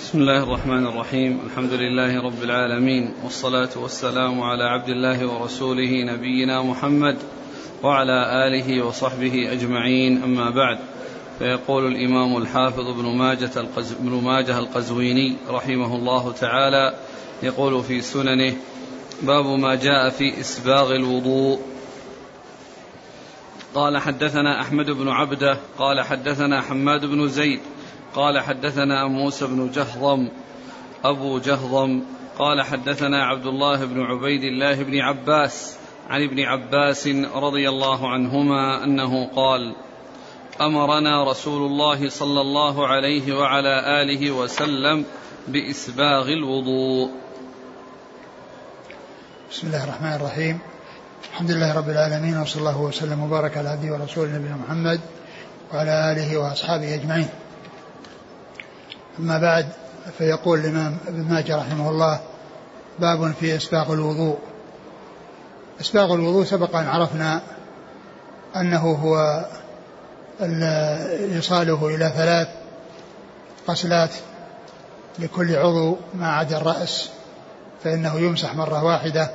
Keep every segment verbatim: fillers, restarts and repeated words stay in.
بسم الله الرحمن الرحيم. الحمد لله رب العالمين، والصلاة والسلام على عبد الله ورسوله نبينا محمد وعلى آله وصحبه أجمعين، أما بعد. فيقول الإمام الحافظ ابن ماجة, القز... ابن ماجة القزويني رحمه الله تعالى، يقول في سننه: باب ما جاء في إسباغ الوضوء. قال حدثنا أحمد بن عبده قال حدثنا حماد بن زيد قال حدثنا موسى بن جهضم أبو جهضم قال حدثنا عبد الله بن عبيد الله بن عباس عن ابن عباس رضي الله عنهما أنه قال: أمرنا رسول الله صلى الله عليه وعلى آله وسلم بإسباغ الوضوء. بسم الله الرحمن الرحيم. الحمد لله رب العالمين، وصلى الله وسلم وبارك على عبده ورسوله نبينا محمد وعلى آله وأصحابه أجمعين. أما بعد، فيقول الإمام ابن ماجه رحمه الله: باب في إسباغ الوضوء. إسباغ الوضوء سبق أن عرفنا أنه هو إيصاله إلى ثلاث غسلات لكل عضو ما عدا الرأس، فإنه يمسح مرة واحدة،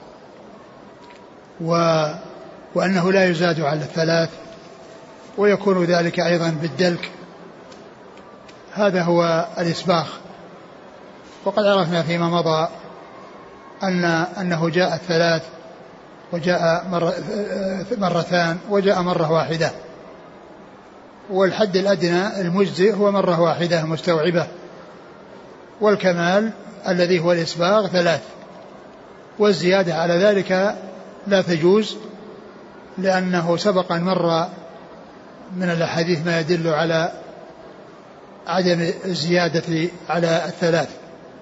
و... وأنه لا يزاد على الثلاث، ويكون ذلك أيضا بالدلك. هذا هو الإسباغ. وقد عرفنا فيما مضى أن أنه جاء الثلاث، وجاء مرة مرتان، وجاء مرة واحدة، والحد الأدنى المجزئ هو مرة واحدة مستوعبة، والكمال الذي هو الإسباغ ثلاث، والزيادة على ذلك لا تجوز، لأنه سبق أن مر من الأحاديث ما يدل على عدم الزيادة على الثلاث.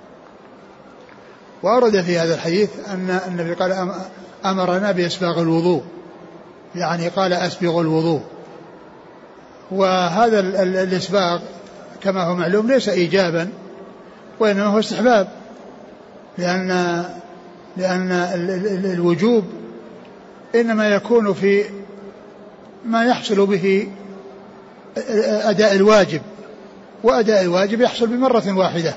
وأورد في هذا الحديث أن النبي قال: أمرنا بإسباغ الوضوء، يعني قال أسبغ الوضوء. وهذا الإسباغ كما هو معلوم ليس إيجابا، وإنما هو استحباب، لأن لأن الوجوب إنما يكون في ما يحصل به أداء الواجب، وأداء الواجب يحصل بمرة واحدة،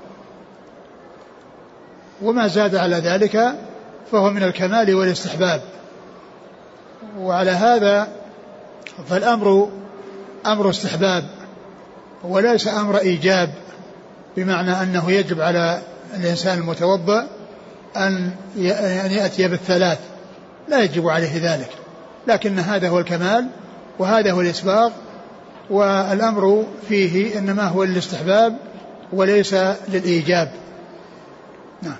وما زاد على ذلك فهو من الكمال والاستحباب. وعلى هذا فالأمر أمر استحباب وليس أمر إيجاب، بمعنى أنه يجب على الإنسان المتوضأ أن يأتي بالثلاث، لا يجب عليه ذلك، لكن هذا هو الكمال وهذا هو الإسباغ، والأمر فيه إنما هو للاستحباب وليس للإيجاب. نعم.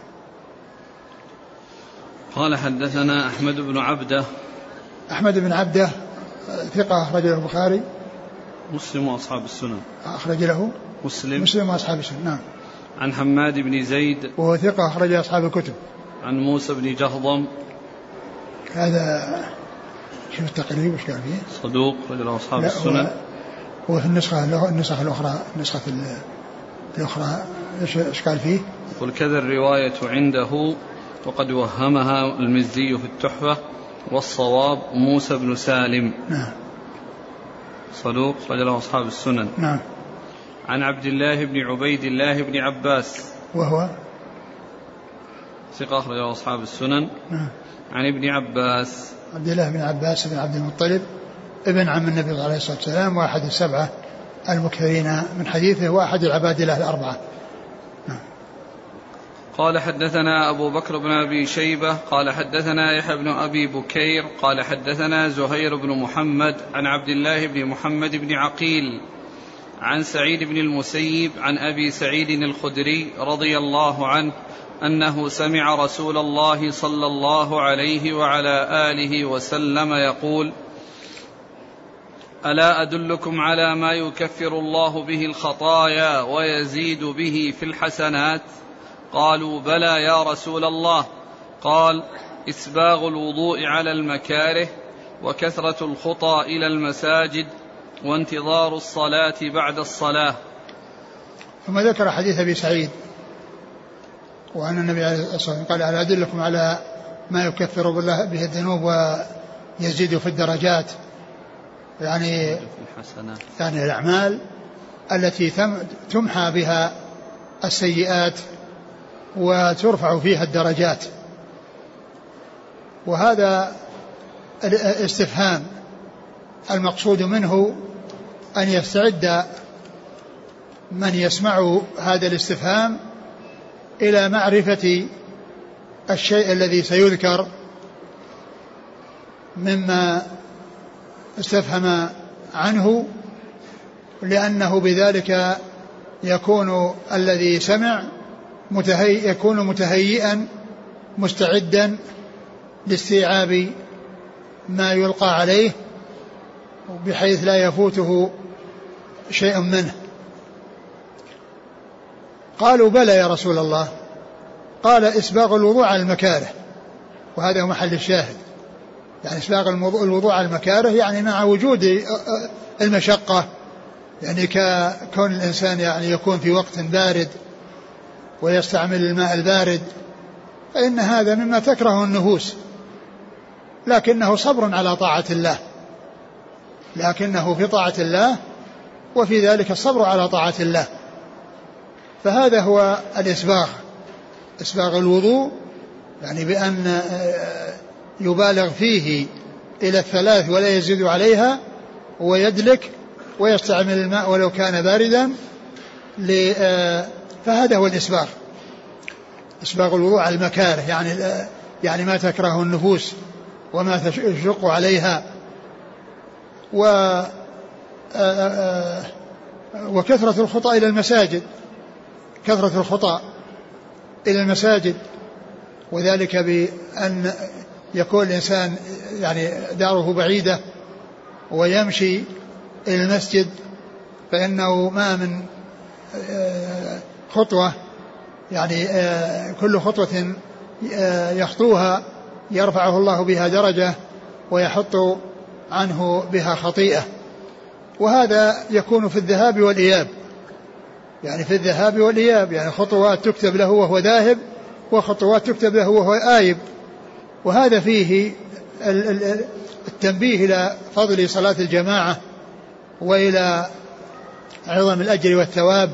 قال حدثنا أحمد بن عبده. أحمد بن عبده ثقة أخرج له البخاري مسلم وأصحاب السنن. أخرج له مسلم مسلم وأصحاب السنن. نعم. عن حماد بن زيد وهو ثقة أخرج أصحاب الكتب. عن موسى بن جهضم. هذا شوف التقريب وش قال فيه؟ صدوق رجل أصحاب السنن. وفي النسخة النسخة الأخرى النسخة الأخرى إيش قال فيه؟ يقول: كذا الرواية عنده وقد وهمها المزي في التحفة، والصواب موسى بن سالم. نعم. صدوق رجل أصحاب السنن. نعم. عن عبد الله بن عبيد الله بن عباس، وهو ثقة أخرج أصحاب السنن. نعم. عن ابن عباس عبد الله بن عباس بن عبد المطلب ابن عم النبي عليه الصلاة والسلام، واحد السبعة المكثرين من حديثه، وأحد العبادلة الأربعة. نعم. قال حدثنا أبو بكر بن أبي شيبة قال حدثنا يحيى بن أبي بكير قال حدثنا زهير بن محمد عن عبد الله بن محمد بن عقيل عن سعيد بن المسيب عن أبي سعيد الخدري رضي الله عنه أنه سمع رسول الله صلى الله عليه وعلى آله وسلم يقول: ألا أدلكم على ما يكفر الله به الخطايا ويزيد به في الحسنات؟ قالوا: بلى يا رسول الله. قال: إسباغ الوضوء على المكاره، وكثرة الخطى إلى المساجد، وانتظار الصلاة بعد الصلاة. ثم ذكر حديث أبي سعيد، وأن النبي عليه الصلاة والسلام قال: ألا أدلكم على ما يكفر به الذنوب ويزيد في الدرجات، يعني يعني الأعمال التي تمحى بها السيئات وترفع فيها الدرجات. وهذا الاستفهام المقصود منه أن يستعد من يسمع هذا الاستفهام إلى معرفة الشيء الذي سيذكر مما استفهم عنه، لأنه بذلك يكون الذي سمع متهيئ يكون متهيئا مستعدا لاستيعاب ما يلقى عليه بحيث لا يفوته شيء منه. قالوا بلى يا رسول الله. قال إسباغ الوضوء على المكاره، وهذا هو محل الشاهد. يعني إسباغ الوضوء على المكاره يعني مع وجود المشقة، يعني كون الإنسان يعني يكون في وقت بارد ويستعمل الماء البارد، فإن هذا مما تكره النفوس، لكنه صبر على طاعة الله، لكنه في طاعة الله وفي ذلك الصبر على طاعة الله. فهذا هو الإسباغ، إسباغ الوضوء يعني بأن يبالغ فيه إلى الثلاث ولا يزيد عليها، ويدلك ويستعمل الماء ولو كان باردا، فهذا هو الإسباغ، إسباغ الوضوء على المكاره، يعني يعني ما تكره النفوس وما تشق عليها. و وكثرة الخطى إلى المساجد، كثرة الخطى إلى المساجد، وذلك بأن يكون الإنسان يعني داره بعيدة ويمشي إلى المسجد، فإنه ما من خطوة يعني كل خطوة يخطوها يرفعه الله بها درجة ويحط عنه بها خطيئة. وهذا يكون في الذهاب والإياب، يعني في الذهاب والإياب، يعني خطوات تكتب له وهو ذاهب وخطوات تكتب له وهو آيب. وهذا فيه التنبيه إلى فضل صلاة الجماعة وإلى عظم الأجر والثواب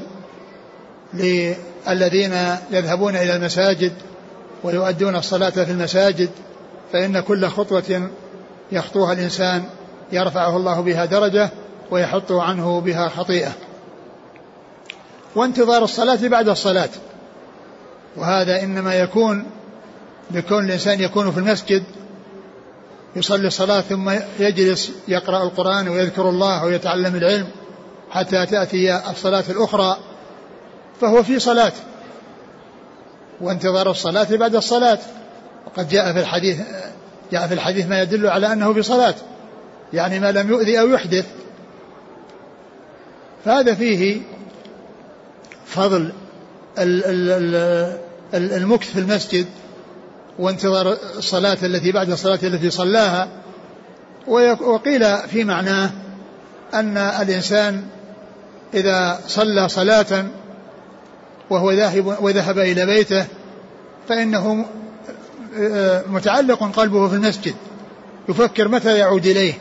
للذين يذهبون إلى المساجد ويؤدون الصلاة في المساجد، فإن كل خطوة يخطوها الإنسان يرفعه الله بها درجة ويحط عنه بها خطيئة. وانتظار الصلاة بعد الصلاة، وهذا إنما يكون بكون الإنسان يكون في المسجد يصلي الصلاة ثم يجلس يقرأ القرآن ويذكر الله ويتعلم العلم حتى تأتي الصلاة الأخرى، فهو في صلاة. وانتظار الصلاة بعد الصلاة، وقد جاء في الحديث جاء في الحديث ما يدل على أنه في صلاة، يعني ما لم يؤذي أو يحدث. فهذا فيه فضل المكث في المسجد وانتظار الصلاة التي بعد الصلاة التي صلاها. وقيل في معناه أن الإنسان إذا صلى صلاة وهو ذاهب وذهب إلى بيته فإنه متعلق قلبه في المسجد، يفكر متى يعود إليه.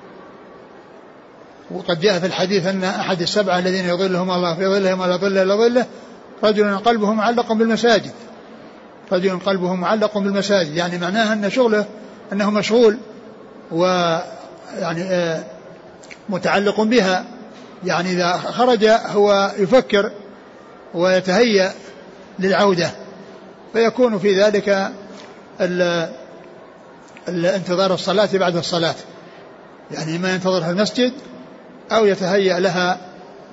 وقد جاء في الحديث أن أحد السبعة الذين يظلهم الله في ظله ولا ظل إلا ظله رجل قلبه معلق بالمساجد، رجل قلبه معلق بالمساجد، يعني معناها أن شغله أنه مشغول ويعني متعلق بها، يعني إذا خرج هو يفكر ويتهيأ للعودة، فيكون في ذلك الانتظار الصلاة بعد الصلاة، يعني ما ينتظرها المسجد أو يتهيأ لها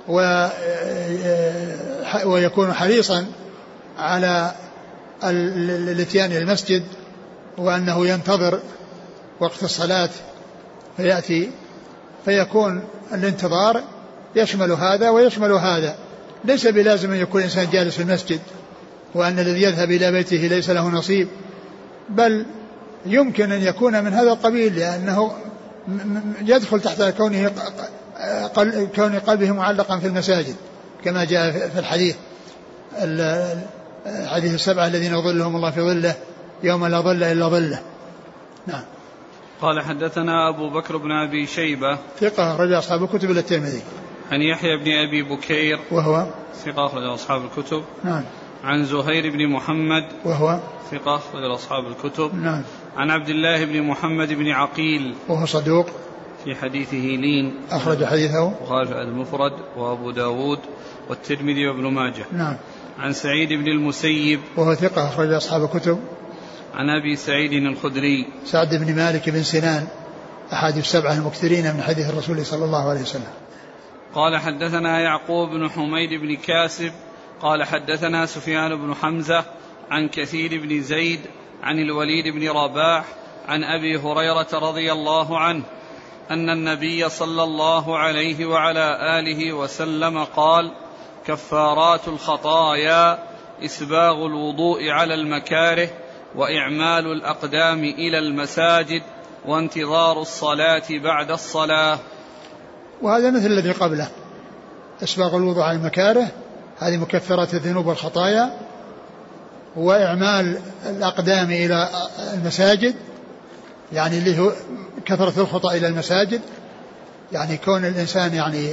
ويكون حريصا على الاتيان إلى المسجد وأنه ينتظر وقت الصلاة فيأتي، فيكون الانتظار يشمل هذا ويشمل هذا. ليس بلازم أن يكون الإنسان جالس في المسجد وأن الذي يذهب إلى بيته ليس له نصيب، بل يمكن أن يكون من هذا القبيل، لأنه يدخل تحت كونه كون قلبه معلقا في المساجد كما جاء في الحديث حديث السبعة الذين يظلهم الله في ظله يوم لا ظل إلا ظله. نعم. قال حدثنا أبو بكر بن أبي شيبة ثقة رجع أصحاب الكتب إلى الترمذي. عن يحيى بن أبي بكير وهو ثقة أخرج أصحاب الكتب. نعم. عن زهير بن محمد وهو ثقة أخرج أصحاب الكتب. نعم. عن عبد الله بن محمد بن عقيل وهو صدوق في حديثه لين أخرج حديثه البخاري في المفرد وأبو داود والترمذي وابن ماجه. نعم. عن سعيد بن المسيب وهو ثقة أخرج أصحاب الكتب. عن أبي سعيد الخدري سعد بن مالك بن سنان أحد السبعة المكثرين من حديث الرسول صلى الله عليه وسلم. قال حدثنا يعقوب بن حميد بن كاسب قال حدثنا سفيان بن حمزة عن كثير بن زيد عن الوليد بن رباح عن أبي هريرة رضي الله عنه أن النبي صلى الله عليه وعلى آله وسلم قال: كفارات الخطايا إسباغ الوضوء على المكاره وإعمال الأقدام إلى المساجد وانتظار الصلاة بعد الصلاة. وهذا مثل الذي قبله، إسباغ الوضوء على المكاره هذه مكفرات الذنوب والخطايا، وإعمال الأقدام إلى المساجد يعني اللي هو كثرة الخطى إلى المساجد، يعني كون الإنسان يعني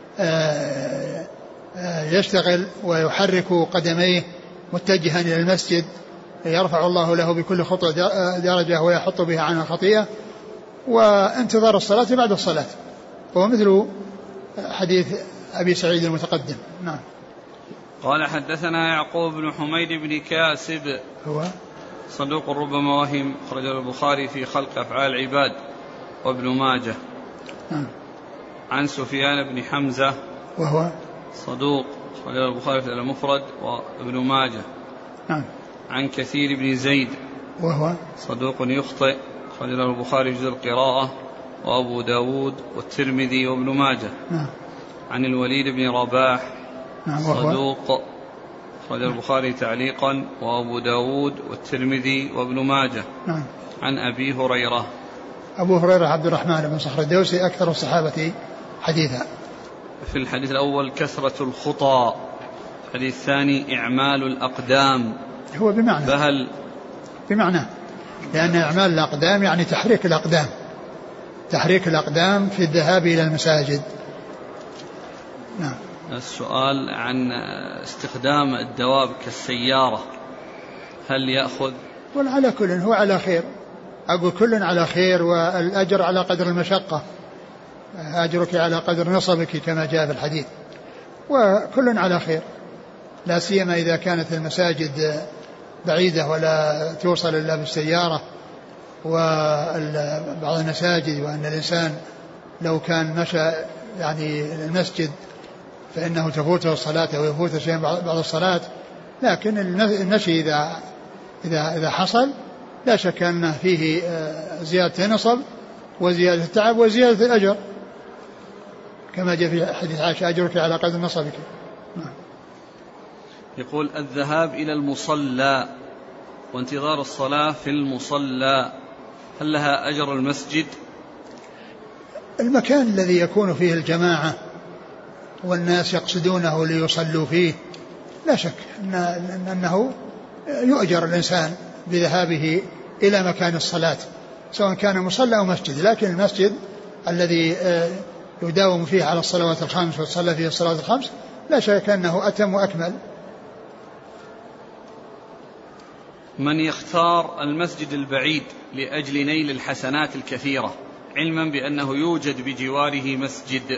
آآ آآ يشتغل ويحرك قدميه متجها إلى المسجد يرفع الله له بكل خطوة درجة ويحط بها عن الخطيئة، وانتظار الصلاة بعد الصلاة، وهو مثل حديث أبي سعيد المتقدم. نعم. قال حدثنا يعقوب بن حميد بن كاسب هو صدوق ربما وهم أخرج البخاري في خلق أفعال العباد وابن ماجه. نعم. عن سفيان بن حمزة وهو صدوق أخرج البخاري في المفرد وابن ماجه. نعم. عن كثير بن زيد وهو صدوق يخطئ أخرج البخاري جزء القراءة وأبو داود والترمذي وابن ماجه. نعم. عن الوليد بن رباح نعم. صدوق أخرج البخاري تعليقا وأبو داود والترمذي وابن ماجه. نعم. عن أبي هريرة أبو هريرة عبد الرحمن بن صخر الدوسي أكثر الصحابة حديثا. في الحديث الأول كثرة الخطى، الحديث الثاني إعمال الأقدام. هو بمعنى فهل بمعنى لأن إعمال الأقدام يعني تحريك الأقدام تحريك الأقدام في الذهاب إلى المساجد. نعم. السؤال عن استخدام الدواب كالسيارة هل يأخذ؟ وعلى كل هو على خير، أقول كل على خير، والأجر على قدر المشقة، أجرك على قدر نصبك كما جاء في الحديث، وكل على خير، لا سيما إذا كانت المساجد بعيدة ولا توصل إلا بالسيارة، وبعض المساجد وأن الإنسان لو كان مشى يعني المسجد فإنه تفوته الصلاة ويفوت شيء بعد الصلاة، لكن المشي إذا إذا إذا حصل لا شك أن فيه زيادة نصب وزيادة تعب وزيادة الأجر، كما جاء في حديث عائشة: أجرك على قدر نصبك. يقول: الذهاب إلى المصلى وانتظار الصلاة في المصلى هل لها أجر المسجد؟ المكان الذي يكون فيه الجماعة والناس يقصدونه ليصلوا فيه لا شك أنه يؤجر الإنسان بذهابه إلى مكان الصلاة سواء كان مصلى أو مسجد، لكن المسجد الذي يداوم فيه على الصلوات الخمس وتصلى فيه الصلوات الخمس لا شك أنه أتم وأكمل. من يختار المسجد البعيد لأجل نيل الحسنات الكثيرة علما بأنه يوجد بجواره مسجد؟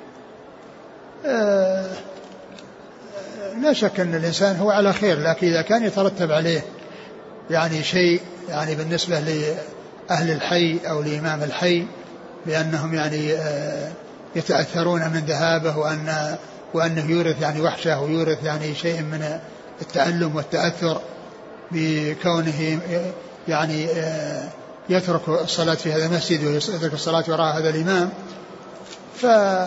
آه لا شك أن الإنسان هو على خير، لكن إذا كان يترتب عليه يعني شيء يعني بالنسبة لأهل الحي أو لإمام الحي بأنهم يعني آه يتأثرون من ذهابه، وأن وأنه يورث يعني وحشة ويورث يعني شيء من التألم والتأثر بكونه يعني آه يترك الصلاة في هذا المسجد ويترك الصلاة وراء هذا الإمام، ف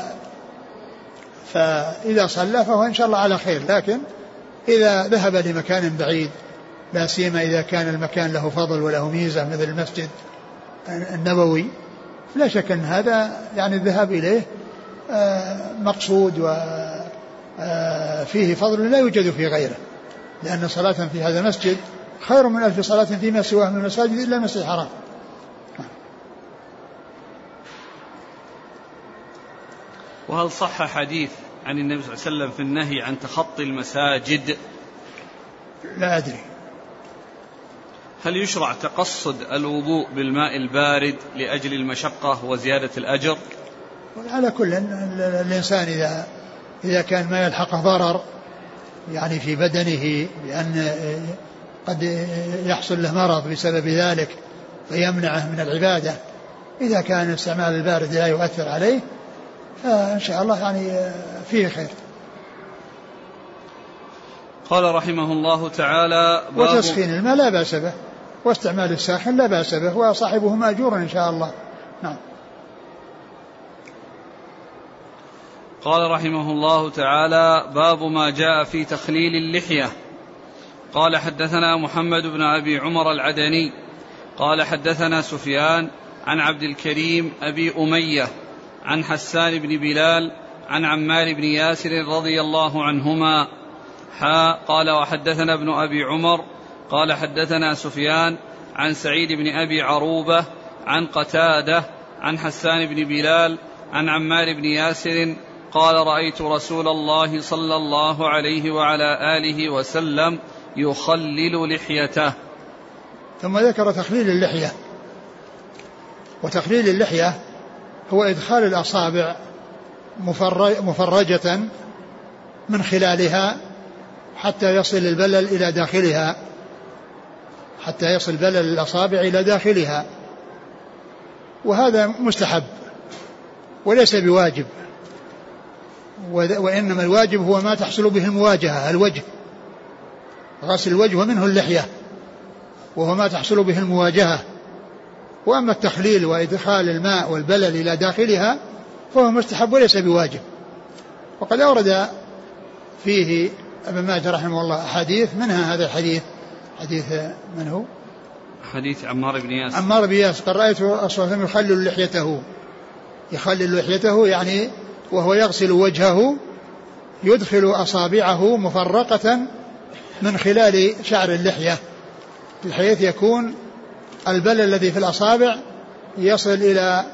فإذا صلى فهو إن شاء الله على خير. لكن إذا ذهب لمكان بعيد لا سيما إذا كان المكان له فضل وله ميزة مثل المسجد النبوي لا شك أن هذا يعني الذهاب إليه مقصود وفيه فضل لا يوجد في غيره، لأن صلاة في هذا المسجد خير من ألف صلاة فيما سواه من المساجد إلا المسجد الحرام. وهل صح حديث عن النبي صلى الله عليه وسلم في النهي عن تخطي المساجد؟ لا أدري. هل يشرع تقصد الوضوء بالماء البارد لأجل المشقة وزيادة الأجر؟ على كل الإنسان إذا إذا كان ما يلحقه ضرر يعني في بدنه بأن قد يحصل له مرض بسبب ذلك فيمنعه من العبادة، إذا كان استعمال البارد لا يؤثر عليه فإن شاء الله يعني فيه خير. قال رحمه الله تعالى: وتسخين الماء لا بأس به، واستعمال الساخن لا بأس به، وصاحبه مأجور إن شاء الله. نعم. قال رحمه الله تعالى: باب ما جاء في تخليل اللحية. قال: حدثنا محمد بن أبي عمر العدني قال حدثنا سفيان عن عبد الكريم أبي أمية عن حسان بن بلال عن عمار بن ياسر رضي الله عنهما. حا قال: وحدثنا ابن أبي عمر قال حدثنا سفيان عن سعيد بن أبي عروبة عن قتادة عن حسان بن بلال عن عمار بن ياسر قال: رأيت رسول الله صلى الله عليه وعلى آله وسلم يخلل لحيته. ثم ذكر تخليل اللحية. وتخليل اللحية هو إدخال الأصابع مفرجة من خلالها حتى يصل البلل إلى داخلها، حتى يصل بلل الأصابع إلى داخلها، وهذا مستحب وليس بواجب، وإنما الواجب هو ما تحصل به المواجهة، الوجه، غسل الوجه ومنه اللحية، وهو ما تحصل به المواجهة. وأما التخليل وإدخال الماء والبلل إلى داخلها فهو مستحب وليس بواجب. وقد أورد فيه ابن ماجه رحمه الله أحاديث، منها هذا الحديث، حديث من هو؟ حديث عمار بن ياسر. عمار بن ياسر قال: رأيت أصلا يخلل لحيته، يخلل لحيته يعني وهو يغسل وجهه يدخل أصابعه مفرقة من خلال شعر اللحية، بحيث يكون البلل الذي في الأصابع يصل إلى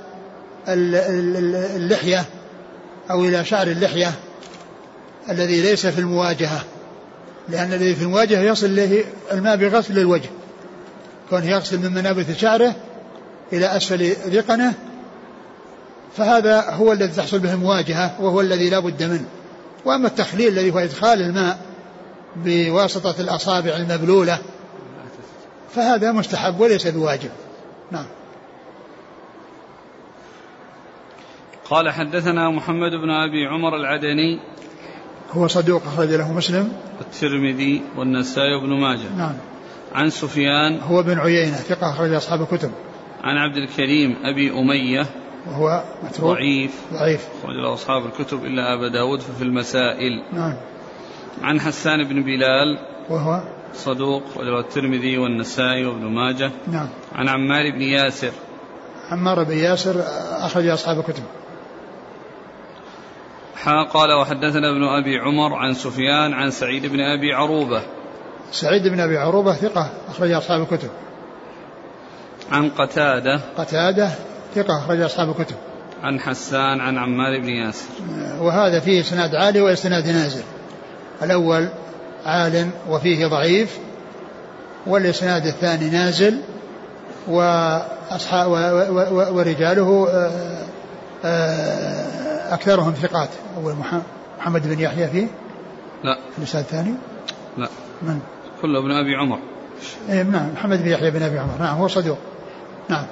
اللحية أو إلى شعر اللحية الذي ليس في المواجهة، لأن الذي في المواجهة يصل إليه الماء بغسل الوجه، كون يغسل من منابت شعره إلى أسفل ذقنه، فهذا هو الذي تحصل به المواجهة وهو الذي لا بد منه. وأما التخليل الذي هو إدخال الماء بواسطة الأصابع المبلولة فهذا مستحب وليس بواجب. نعم. قال: حدثنا محمد بن أبي عمر العدني هو صدوق أخرج له مسلم والترمذي والنسائي وابن ماجه. نعم. عن سفيان هو بن عيينة ثقة أخرج أصحاب الكتب. عن عبد الكريم أبي أمية وهو متروك ضعيف ضعيف أخرج له أصحاب الكتب إلا أبا داود ففي المسائل. نعم. عن حسان بن بلال وهو صدوق أخرج له الترمذي والنسائي وابن ماجه. نعم. عن عمار بن ياسر عمار بن ياسر أخرج أصحاب الكتب. حا قال: وحدثنا ابن أبي عمر عن سفيان عن سعيد بن أبي عروبة. سعيد بن أبي عروبة ثقة أخرج أصحاب الكتب. عن قتادة قتادة ثقة أخرج أصحاب الكتب. عن حسان عن عمار بن ياسر. وهذا فيه إسناد عالي وإسناد نازل، الأول عال وفيه ضعيف، والإسناد الثاني نازل، وأصحاب ورجاله أكثرهم ثقات. أول محمد بن يحيى فيه لا الإسناد الثاني لا من كله ابن أبي عمر. إيه نعم، محمد بن يحيى بن أبي عمر، نعم هو صدوق. نعم.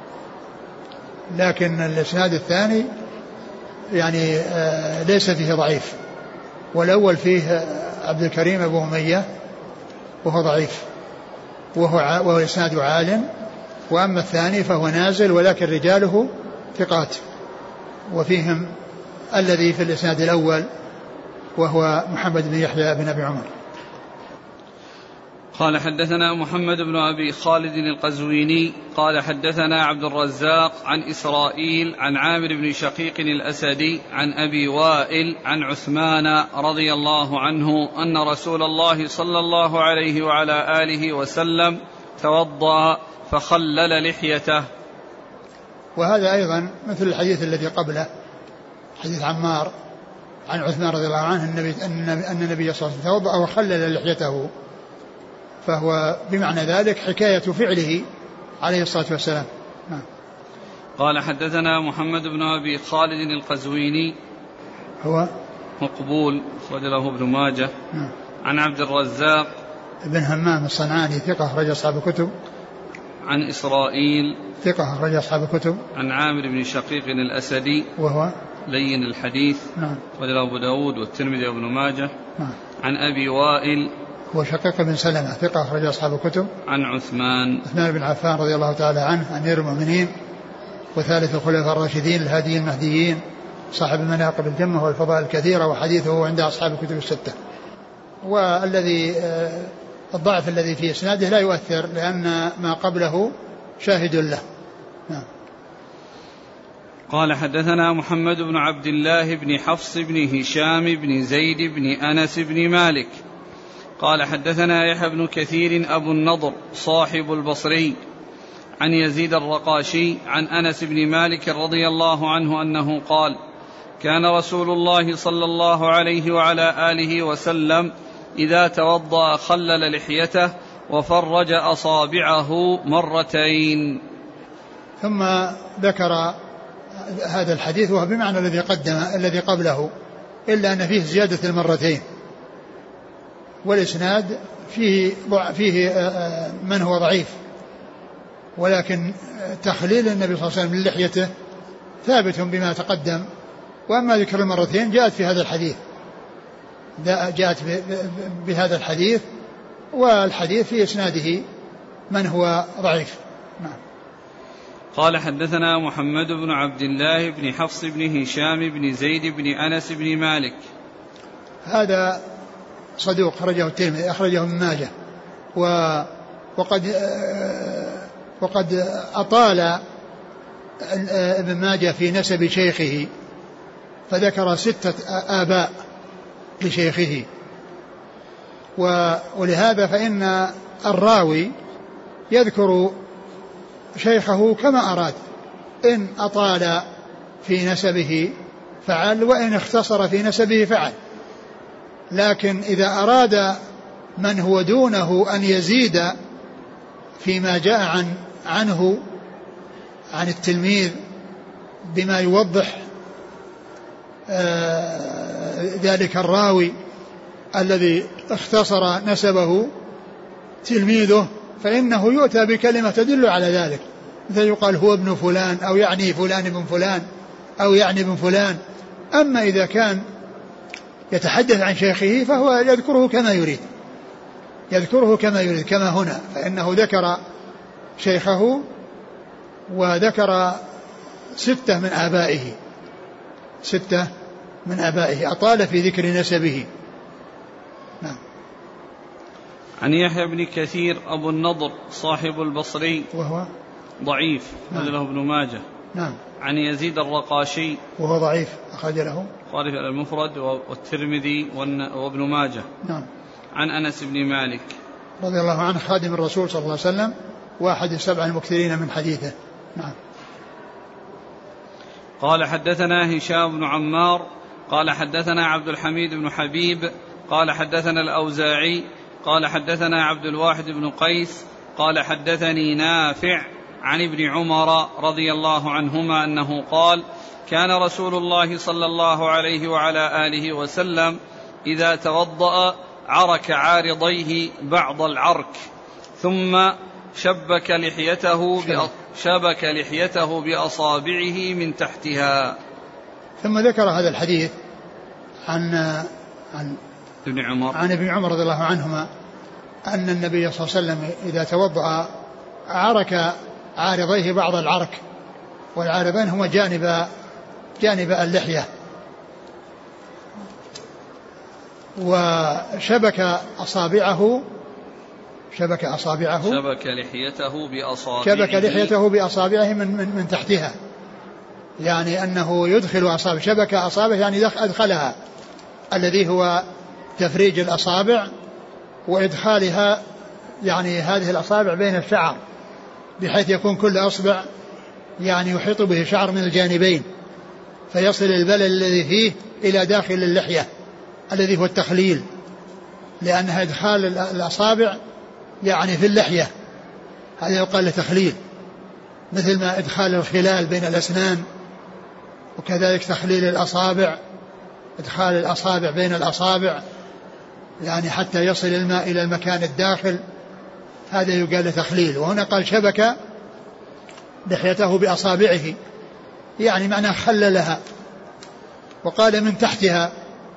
لكن الإسناد الثاني يعني آه ليس فيه ضعيف، والأول فيه عبد الكريم أبو أمية وهو ضعيف، وهو, وهو إسناد عال. وأما الثاني فهو نازل ولكن رجاله ثقات، وفيهم الذي في الإسناد الأول وهو محمد بن يحيى بن أبي عمر. قال: حدثنا محمد بن أبي خالد القزويني قال حدثنا عبد الرزاق عن إسرائيل عن عامر بن شقيق الأسدي عن أبي وائل عن عثمان رضي الله عنه أن رسول الله صلى الله عليه وعلى آله وسلم توضأ فخلل لحيته. وهذا أيضا مثل الحديث الذي قبله، حديث عمار عن عثمان رضي الله عنه النبي أن النبي صلى الله عليه وسلم توضأ وخلل لحيته، فهو بمعنى ذلك حكاية فعله عليه الصلاة والسلام. نعم. قال حدثنا محمد بن أبي خالد القزويني هو مقبول أخرج له ابن ماجه. نعم. عن عبد الرزاق بن همام الصنعاني ثقة أخرج أصحاب الكتب. عن إسرائيل ثقة أخرج أصحاب الكتب. عن عامر بن شقيق الأسدي وهو لين الحديث. نعم. أخرج له أبو داود والترمذي وابن ماجه. نعم. عن أبي وائل هو شقيق بن سلمة ثقة أخرج أصحاب الكتب. عن عثمان عثمان بن عفان رضي الله تعالى عنه أمير المؤمنين وثالث الخلفاء الراشدين الهاديين المهديين صاحب المناقب الجمة والفضائل الكثيرة، وحديثه عند أصحاب الكتب الستة. والذي الضعف الذي في إسناده لا يؤثر لأن ما قبله شاهد له. نعم. قال حدثنا محمد بن عبد الله بن حفص بن هشام بن زيد بن أنس بن مالك قال حدثنا يحيى بن كثير أبو النضر صاحب البصري عن يزيد الرقاشي عن أنس بن مالك رضي الله عنه أنه قال كان رسول الله صلى الله عليه وعلى آله وسلم إذا توضأ خلل لحيته وفرج أصابعه مرتين. ثم ذكر هذا الحديث وهو بمعنى الذي قدم الذي قبله، إلا أن فيه زيادة المرتين، والإسناد فيه فيه من هو ضعيف، ولكن تخليل النبي صلى الله عليه وسلم من لحيته ثابت بما تقدم. وأما ذكر المرتين جاءت في هذا الحديث جاءت بهذا الحديث، والحديث في إسناده من هو ضعيف. نعم. قال حدثنا محمد بن عبد الله بن حفص بن هشام بن زيد بن أنس بن مالك هذا صدوق أخرجه الترمذي أخرجه ابن ماجه، وقد وقد أطال ابن ماجه في نسب شيخه فذكر ستة آباء لشيخه، ولهذا فإن الراوي يذكر شيخه كما أراد، إن أطال في نسبه فعل وإن اختصر في نسبه فعل، لكن إذا أراد من هو دونه أن يزيد فيما جاء عن عنه عن التلميذ بما يوضح آه ذلك الراوي الذي اختصر نسبه تلميذه، فإنه يؤتى بكلمة تدل على ذلك، مثل يقال هو ابن فلان أو يعني فلان ابن فلان أو يعني ابن فلان. أما إذا كان يتحدث عن شيخه فهو يذكره كما يريد يذكره كما يريد كما هنا، فإنه ذكر شيخه وذكر ستة من آبائه ستة من آبائه أطال في ذكر نسبه. نعم. عن يحيى بن كثير أبو النضر صاحب البصري وهو ضعيف أخرج له ابن ماجه. نعم. عن يزيد الرقاشي وهو ضعيف أخرج له خالف المفرد والترمذي وابن ماجه. نعم. عن أنس بن مالك رضي الله عنه خادم الرسول صلى الله عليه وسلم واحد السبع المكثرين من حديثه. نعم. قال حدثنا هشام بن عمار قال حدثنا عبد الحميد بن حبيب قال حدثنا الأوزاعي قال حدثنا عبد الواحد بن قيس قال حدثني نافع عن ابن عمر رضي الله عنهما أنه قال كان رسول الله صلى الله عليه وعلى آله وسلم إذا توضأ عرك عارضيه بعض العرك ثم شبك لحيته شبك لحيته بأصابعه من تحتها. ثم ذكر هذا الحديث عن عن ابن عمر عن ابن عمر رضي الله عنهما أن النبي صلى الله عليه وسلم إذا توضأ عرك عارضيه بعض العرك، والعارضين هما جانب جانب اللحية، وشبك أصابعه شبك أصابعه شبك لحيته بأصابعه شبك لحيته بأصابعه من, من, من تحتها، يعني أنه يدخل أصابع شبك أصابعه يعني أدخلها، الذي هو تفريج الأصابع وإدخالها، يعني هذه الأصابع بين الشعر بحيث يكون كل أصبع يعني يحيط به شعر من الجانبين، فيصل البلل الذي فيه إلى داخل اللحية الذي هو التخليل، لأنها إدخال الأصابع يعني في اللحية، هذا يقال له تخليل، مثل ما إدخال الخلال بين الأسنان، وكذلك تخليل الأصابع، إدخال الأصابع بين الأصابع يعني حتى يصل الماء إلى المكان الداخل، هذا يقال له تخليل. وهنا قال شبك لحيته بأصابعه، يعني معنى خللها. وقال من تحتها،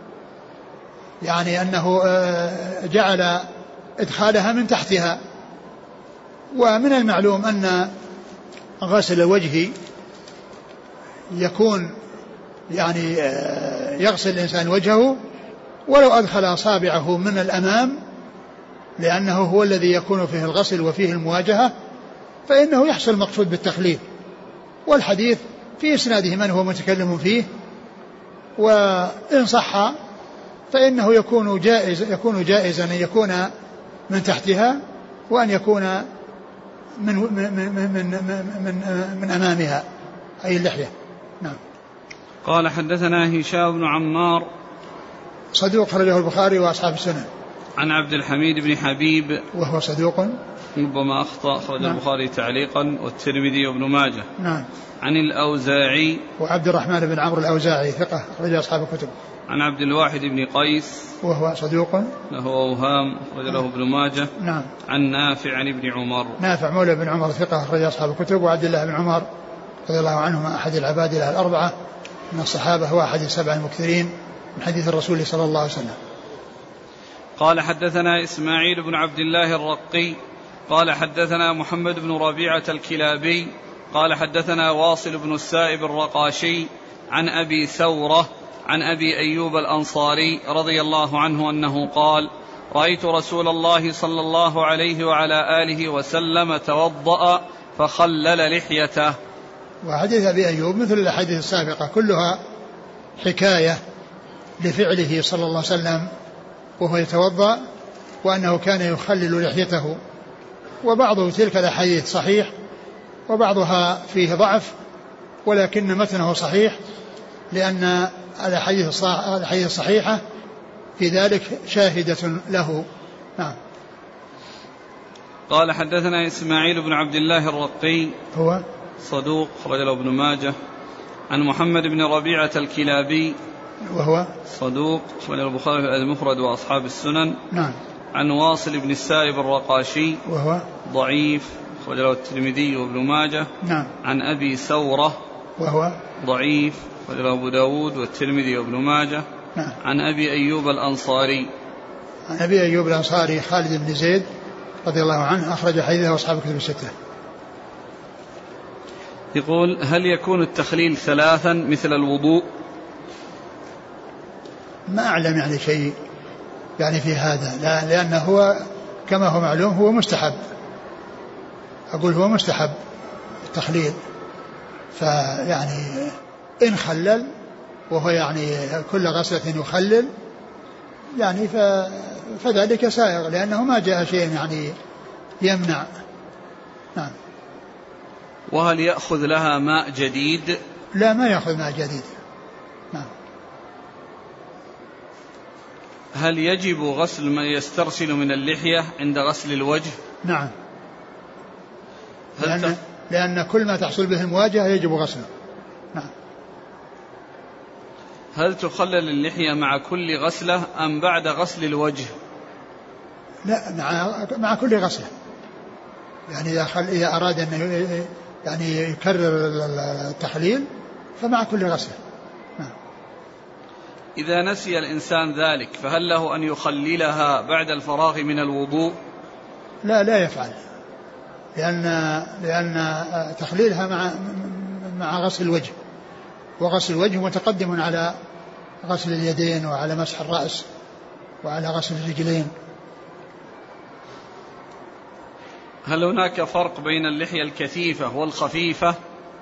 يعني أنه جعل إدخالها من تحتها. ومن المعلوم أن غسل الوجه يكون يعني يغسل الإنسان وجهه ولو أدخل أصابعه من الأمام، لأنه هو الذي يكون فيه الغسل وفيه المواجهة، فإنه يحصل مقصود بالتخليل. والحديث في إسناده من هو متكلم فيه، وإن صح فإنه يكون جائز يكون جائزا أن يكون من تحتها، وأن يكون من من من من, من, من أمامها أي اللحية. نعم. قال حدثنا هشام بن عمار صدوق خرجه البخاري وأصحاب السنن. عن عبد الحميد بن حبيب وهو صدوق ربما أخطأ، خرج نعم. البخاري تعليقا والترمذي وابن ماجه. نعم. عن الأوزاعي وعبد الرحمن بن عمرو الأوزاعي ثقة خرج أصحاب الكتب. عن عبد الواحد بن قيس وهو صدوق له أوهام خرج له ابن ماجه. نعم. عن نافع عن ابن عمر نافع مولى بن عمر ثقة خرج أصحاب الكتب. وعبد الله بن عمر رضي الله عنهما أحد العباد له الأربعة من الصحابة، هو أحد السبع المكثرين من حديث الرسول صلى الله عليه وسلم. قال حدثنا إسماعيل بن عبد الله الرقي قال حدثنا محمد بن ربيعة الكلابي قال حدثنا واصل بن السائب الرقاشي عن أبي ثورة عن أبي أيوب الأنصاري رضي الله عنه أنه قال: رأيت رسول الله صلى الله عليه وعلى آله وسلم توضأ فخلل لحيته. وحديث أبي أيوب مثل الأحاديث السابقة كلها حكاية لفعله صلى الله عليه وسلم وهو يتوضأ، وأنه كان يخلل لحيته. وبعض تلك الأحاديث صحيح وبعضها فيه ضعف، ولكن متنه صحيح، لأن الأحاديث الصحيحة في ذلك شاهدة له. نعم. قال حدثنا إسماعيل بن عبد الله الرقي هو صدوق خرج له ابن ماجه. عن محمد بن ربيعة الكلابي وهو صدوق خرج له البخاري في المفرد وأصحاب السنن. نعم. عن واصل بن السائب الرقاشي وهو ضعيف خرج له الترمذي وابن ماجه. نعم. عن أبي ثورة وهو ضعيف خرج له أبو داود والترمذي وابن ماجه. نعم. عن أبي أيوب الأنصاري عن أبي أيوب الأنصاري خالد بن زيد رضي الله عنه أخرج حديثه أصحاب الكتب الستة. يقول: هل يكون التخليل ثلاثا مثل الوضوء؟ ما أعلم يعني شيء يعني في هذا، لا، لأنه هو كما هو معلوم هو مستحب، أقول هو مستحب التخليل، فيعني إن خلل وهو يعني كل غسلة يخلل يعني فذلك سائغ، لأنه ما جاء شيء يعني يمنع. نعم. وهل يأخذ لها ماء جديد؟ لا، ما يأخذ ماء جديد. نعم. هل يجب غسل ما يسترسل من اللحية عند غسل الوجه؟ نعم، لأن, لأن كل ما تحصل به المواجهة يجب غسله. نعم. هل تخلل اللحية مع كل غسلة أم بعد غسل الوجه؟ لا، مع, مع كل غسلة، يعني إذا, خل... إذا أراد أن يعني يكرر التحليل فمع كل غسلة. نعم. إذا نسي الإنسان ذلك فهل له أن يخللها بعد الفراغ من الوضوء؟ لا، لا يفعل، لأن لأن تخليلها مع مع غسل الوجه، وغسل الوجه متقدم على غسل اليدين وعلى مسح الرأس وعلى غسل الرجلين. هل هناك فرق بين اللحية الكثيفة والخفيفة؟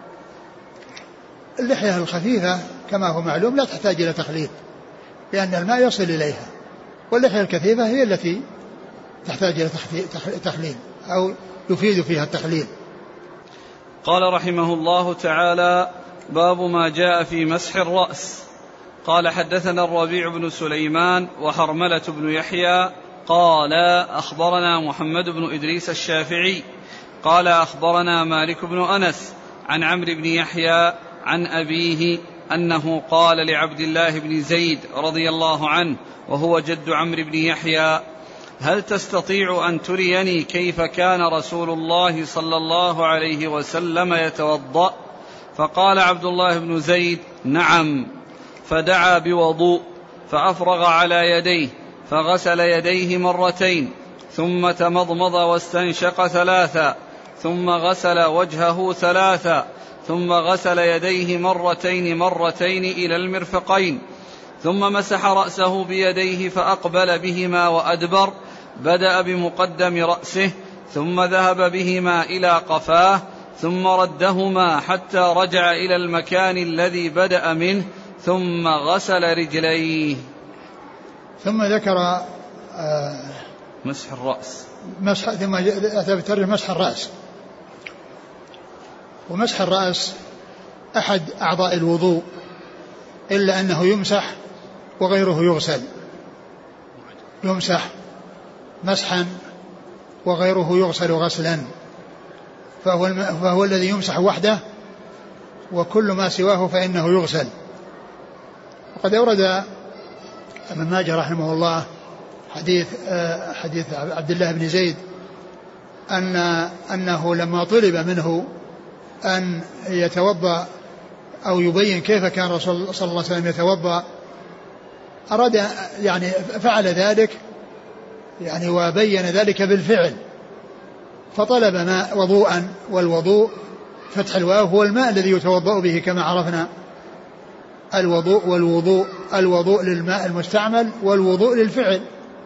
اللحية الخفيفة كما هو معلوم لا تحتاج إلى تخليل، لأن الماء يصل إليها، واللحية الكثيفة هي التي تحتاج إلى تخليل أو يفيد فيها التخليل. قال رحمه الله تعالى: باب ما جاء في مسح الرأس. قال حدثنا الربيع بن سليمان وحرملة بن يحيى قال أخبرنا محمد بن إدريس الشافعي قال أخبرنا مالك بن أنس عن عمرو بن يحيى عن أبيه أنه قال لعبد الله بن زيد رضي الله عنه وهو جد عمرو بن يحيى: هل تستطيع أن تريني كيف كان رسول الله صلى الله عليه وسلم يتوضأ؟ فقال عبد الله بن زيد: نعم. فدعا بوضوء فأفرغ على يديه فغسل يديه مرتين ثم تمضمض واستنشق ثلاثا ثم غسل وجهه ثلاثا ثم غسل يديه مرتين مرتين إلى المرفقين ثم مسح رأسه بيديه فأقبل بهما وأدبر، بدأ بمقدم رأسه ثم ذهب بهما إلى قفاه ثم ردهما حتى رجع إلى المكان الذي بدأ منه ثم غسل رجليه. ثم ذكر آه مسح الرأس مسح ثم أتى بترجمة مسح الرأس. ومسح الرأس أحد أعضاء الوضوء إلا أنه يمسح وغيره يغسل، يمسح مسحا وغيره يغسل غسلا، فهو, فهو الذي يمسح وحده وكل ما سواه فإنه يغسل. وقد أورد ابن ماجه رحمه الله حديث حديث عبد الله بن زيد أن أنه لما طلب منه أن يتوضأ أو يبين كيف كان رسول صلى الله عليه وسلم يتوضأ أراد يعني فعل ذلك يعني وبين ذلك بالفعل، فطلب ماء وضوءا، والوضوء فتح الواو هو الماء الذي يتوضأ به كما عرفنا، الوضوء والوضوء، الوضوء للماء المستعمل والوضوء للفعل.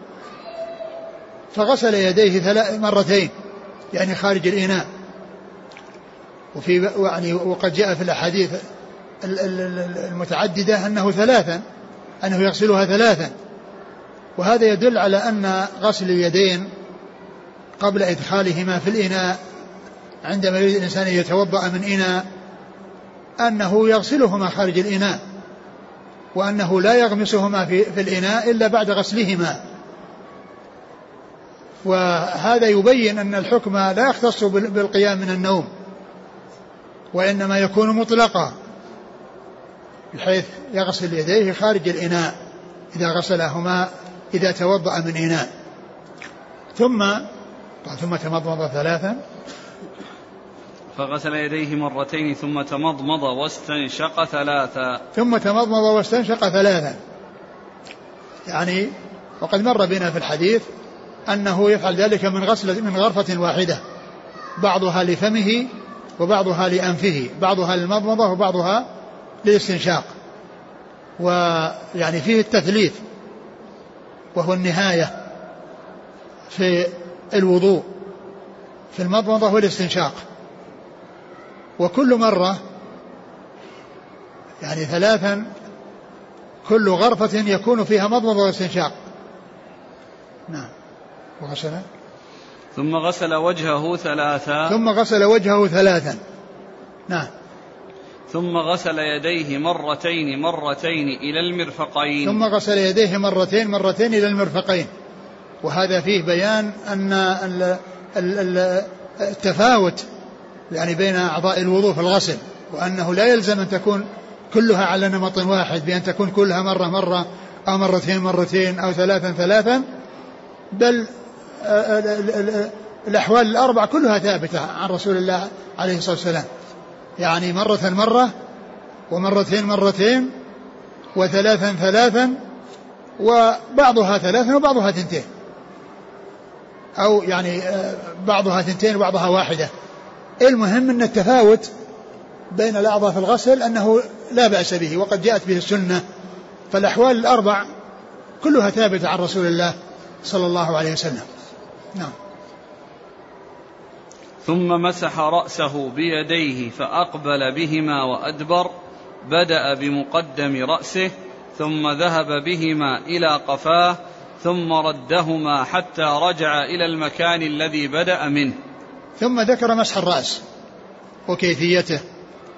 فغسل يديه ثلاث مرتين يعني خارج الإناء، وفي يعني وقد جاء في الأحاديث المتعددة أنه ثلاثا أنه يغسلها ثلاثا، وهذا يدل على أن غسل اليدين قبل إدخالهما في الإناء عندما يريد الإنسان يتوضأ من إناء أنه يغسلهما خارج الإناء، وأنه لا يغمسهما في, في الإناء إلا بعد غسلهما. وهذا يبين أن الحكم لا يختص بالقيام من النوم، وإنما يكون مطلقا بحيث يغسل يديه خارج الإناء إذا غسلهما إذا توضأ من إناء. ثم ثم تمضمض ثلاثا فغسل يديه مرتين ثم تمضمض واستنشق ثلاثا ثم تمضمض واستنشق ثلاثا يعني وقد مر بنا في الحديث أنه يفعل ذلك من غسلة من غرفة واحدة، بعضها لفمه وبعضها لأنفه، بعضها للمضمضة وبعضها للاستنشاق، ويعني فيه التثليث وهو النهاية في الوضوء في المضمضة والاستنشاق، وكل مرة يعني ثلاثا كل غرفة يكون فيها مضمضة واستنشاق. نعم. وغسل ثم غسل وجهه ثلاثا ثم غسل وجهه ثلاثا نعم. ثم غسل يديه مرتين مرتين إلى المرفقين ثم غسل يديه مرتين مرتين إلى المرفقين. وهذا فيه بيان أن التفاوت يعني بين أعضاء الوضوء في الغسل، وأنه لا يلزم أن تكون كلها على نمط واحد بأن تكون كلها مرة مرة أو مرتين مرتين أو ثلاثا ثلاثا، بل الأحوال الأربع كلها ثابتة عن رسول الله عليه الصلاة والسلام، يعني مرة مرة ومرتين مرتين وثلاثا ثلاثا وبعضها ثلاثا وبعضها تنتين، أو يعني بعضها تنتين وبعضها واحدة. المهم أن التفاوت بين الأعضاء في الغسل أنه لا بأس به، وقد جاءت به السنة، فالأحوال الأربع كلها ثابتة عن رسول الله صلى الله عليه وسلم. نعم. ثم مسح رأسه بيديه فأقبل بهما وأدبر، بدأ بمقدم رأسه ثم ذهب بهما إلى قفاه ثم ردهما حتى رجع إلى المكان الذي بدأ منه. ثم ذكر مسح الرأس وكيفيته،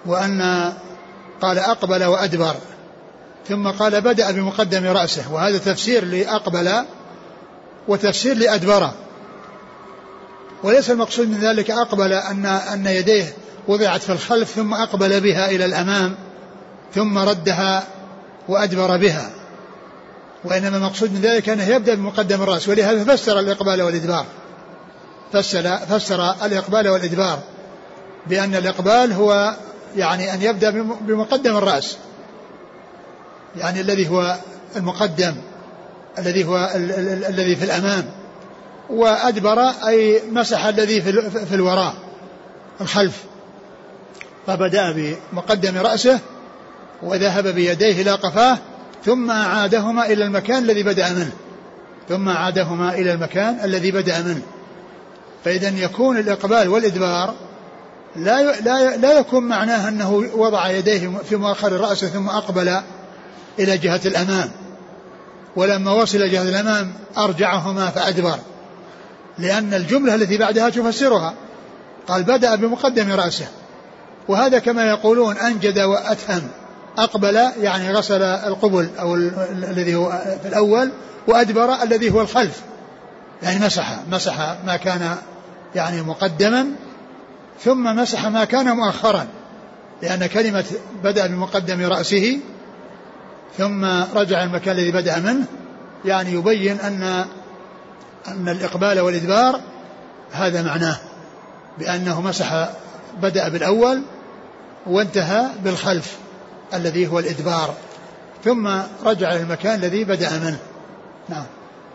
وأن قال أقبل وأدبر، ثم قال بدأ بمقدم رأسه، وهذا تفسير لأقبل وتفسير لأدبر، وليس المقصود من ذلك أقبل أن أن يديه وضعت في الخلف ثم أقبل بها إلى الأمام ثم ردها وأدبر بها، وإنما المقصود من ذلك أنه يبدأ بمقدم الرأس، ولهذا فسر الإقبال والإدبار، فسر, فسر الإقبال والإدبار بأن الإقبال هو يعني أن يبدأ بمقدم الرأس، يعني الذي هو المقدم الذي هو ال- ال- الذي في الأمام، وأدبر أي مسح الذي في, في الوراء الخلف، فبدأ بمقدم رأسه وذهب بيديه إلى قفاه ثم أعادهما إلى المكان الذي بدأ منه ثم أعادهما إلى المكان الذي بدأ منه. فإذا يكون الإقبال والإدبار لا لا لا يكون معناه أنه وضع يديه في مؤخر الرأس ثم أقبل إلى جهة الأمام، ولما وصل إلى جهة الأمام أرجعهما فأدبر، لأن الجملة التي بعدها تفسرها، قال بدأ بمقدم رأسه، وهذا كما يقولون أنجد وأتهم، أقبل يعني غسل القبل أو الذي هو في الأول، وأدبر الذي هو الخلف، يعني مسح مسح ما كان يعني مقدما ثم مسح ما كان مؤخرا، لأن كلمة بدأ بمقدم رأسه ثم رجع المكان الذي بدأ منه يعني يبين أن أن الإقبال والإدبار هذا معناه، بأنه مسح بدأ بالأول وانتهى بالخلف الذي هو الإدبار ثم رجع إلى المكان الذي بدأ منه. نعم.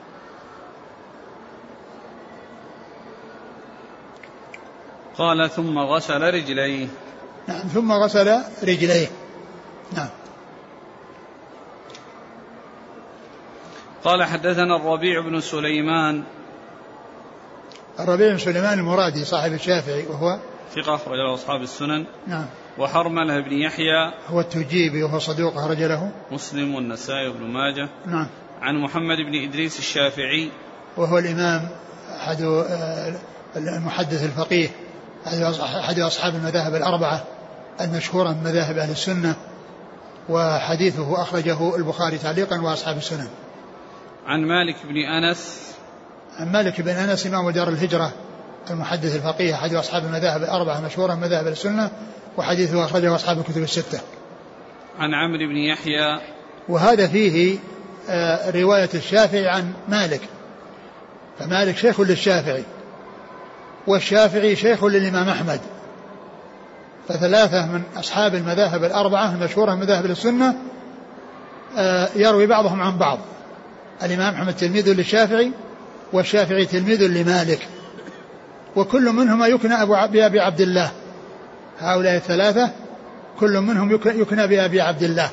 قال ثم غسل رجليه. نعم ثم غسل رجليه. نعم. قال حدثنا الربيع بن سليمان. الربيع بن سليمان المرادي صاحب الشافعي وهو ثقة أخرج له أصحاب السنن. نعم. وحرملة بن يحيى هو التجيبي وهو صدوق أخرج له مسلم والنسائي وابن ماجه. نعم. عن محمد بن إدريس الشافعي وهو الإمام أحد المحدث الفقيه أحد أصحاب المذاهب الأربعة المشهورة من مذاهب أهل السنة، وحديثه أخرجه البخاري تعليقا وأصحاب السنن. عن مالك بن أنس. عن مالك بن أنس إمام دار الهجرة المحدث الفقيه أحد أصحاب المذاهب الأربعة المشهورة من مذاهب السنة، وحديثه أخرجه أصحاب الكتب الستة. عن عمرو بن يحيى. وهذا فيه رواية الشافعي عن مالك، فمالك شيخ للشافعي والشافعي شيخ للإمام أحمد، فثلاثة من أصحاب المذاهب الأربعة المشهورة من مذاهب السنة يروي بعضهم عن بعض. الإمام أحمد تلميذ للشافعي والشافعي تلميذ لمالك، وكل منهما يكنى بأبي عبد الله. هؤلاء الثلاثة كل منهم يكنى بأبي عبد الله.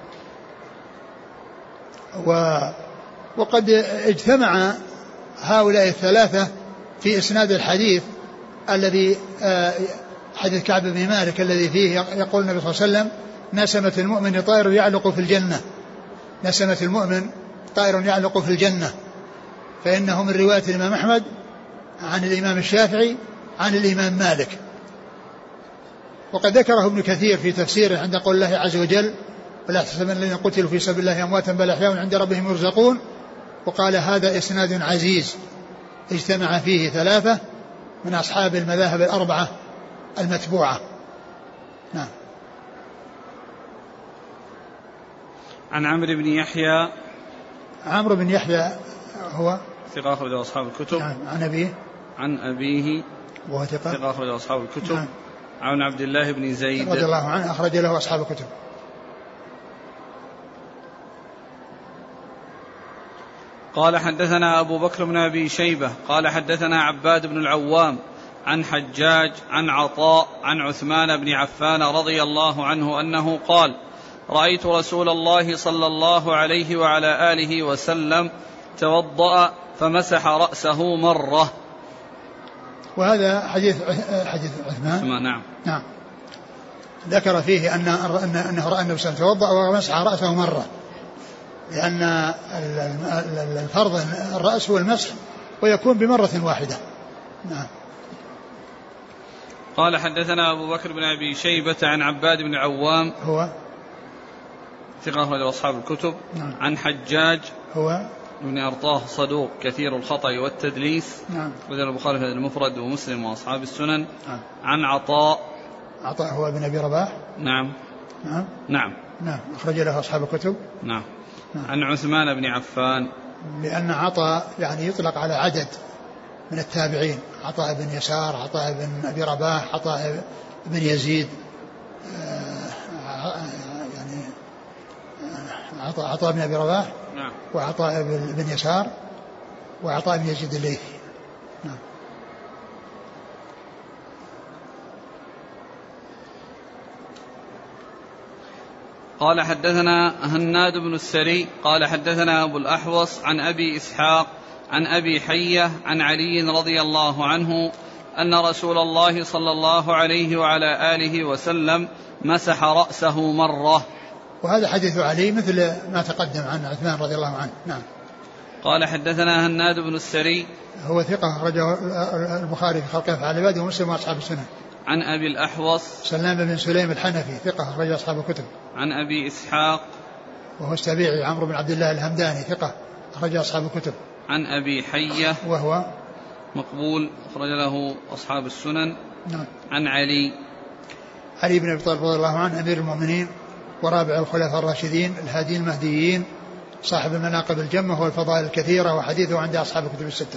وقد اجتمع هؤلاء الثلاثة في إسناد الحديث الذي حديث كعب بن مالك الذي فيه يقول النبي صلى الله عليه وسلم: نسمة المؤمن طائر يعلق في الجنة، نسمة المؤمن طائر يعلق في الجنة، فإنه من رواية الإمام أحمد عن الإمام الشافعي عن الإمام مالك. وقد ذكره ابن كثير في تفسيره عند قول الله عز وجل: ولا تحسبن الذين قتلوا في سبيل الله أمواتا بل أحياء عند ربهم يرزقون، وقال هذا إسناد عزيز اجتمع فيه ثلاثة من أصحاب المذاهب الأربعة المتبوعة. نعم. عن عمرو بن يحيى. عمرو بن يحيى هو ثقة أخرج أصحاب الكتب. نعم. عن أبيه. عن أبيه وهو ثقة. ثقة أخرج أصحاب الكتب. نعم. عن عبد الله بن زيد رضي الله عنه أخرج له أصحاب الكتب. قال حدثنا أبو بكر بن أبي شيبة قال حدثنا عباد بن العوام عن حجاج عن عطاء عن عثمان بن عفان رضي الله عنه أنه قال: رأيت رسول الله صلى الله عليه وعلى آله وسلم توضأ فمسح رأسه مرة. وهذا حديث حديث عثمان. نعم. نعم. ذكر فيه أن أنه رأى النبي صلى الله عليه وسلم توضأ ومسح رأسه مرة، لأن الفرض الرأس هو المسح ويكون بمرة واحدة. نعم. قال حدثنا أبو بكر بن أبي شيبة عن عباد بن عوام هو ثقة أخرج أصحاب الكتب. نعم. عن حجاج هو بن أرطاه صدوق كثير الخطأ والتدليس. نعم. وذل البخاري في المفرد ومسلم وأصحاب السنن. نعم. عن عطاء عطاء هو بن أبي رباح. نعم. نعم. نعم. نعم أخرج له أصحاب الكتب. نعم. نعم. عن عثمان بن عفان. لأن عطاء يعني يطلق على عدد من التابعين، عطاء بن يسار، عطاء بن أبي رباح، عطاء بن يزيد، يعني عطاء عطاء بن أبي رباح. نعم. وعطاء بن يسار وعطاء بن يزيد الليثي. نعم. قال حدثنا هناد بن السري قال حدثنا أبو الأحوص عن أبي إسحاق عن أبي حية عن علي رضي الله عنه أن رسول الله صلى الله عليه وعلى آله وسلم مسح رأسه مرة. وهذا حديث علي مثل ما تقدم عن عثمان رضي الله عنه. نعم. قال حدثنا هناد بن السري هو ثقة أخرجه البخاري في خلق أفعال العباد ومسلم وأصحاب السنن. عن أبي الأحوص سلام بن سليم الحنفي ثقة أخرج أصحاب الكتب. عن أبي إسحاق وهو السبيعي عمرو بن عبد الله الهمداني ثقة أخرج أصحاب الكتب. عن أبي حية وهو مقبول أخرج له أصحاب السنن. نعم. عن علي علي بن أبي طالب رضي الله عنه أمير المؤمنين ورابع الخلفاء الراشدين الهاديين المهديين صاحب المناقب الجمة والفضائل الكثيرة وحديثه عند أصحاب الكتب الستة.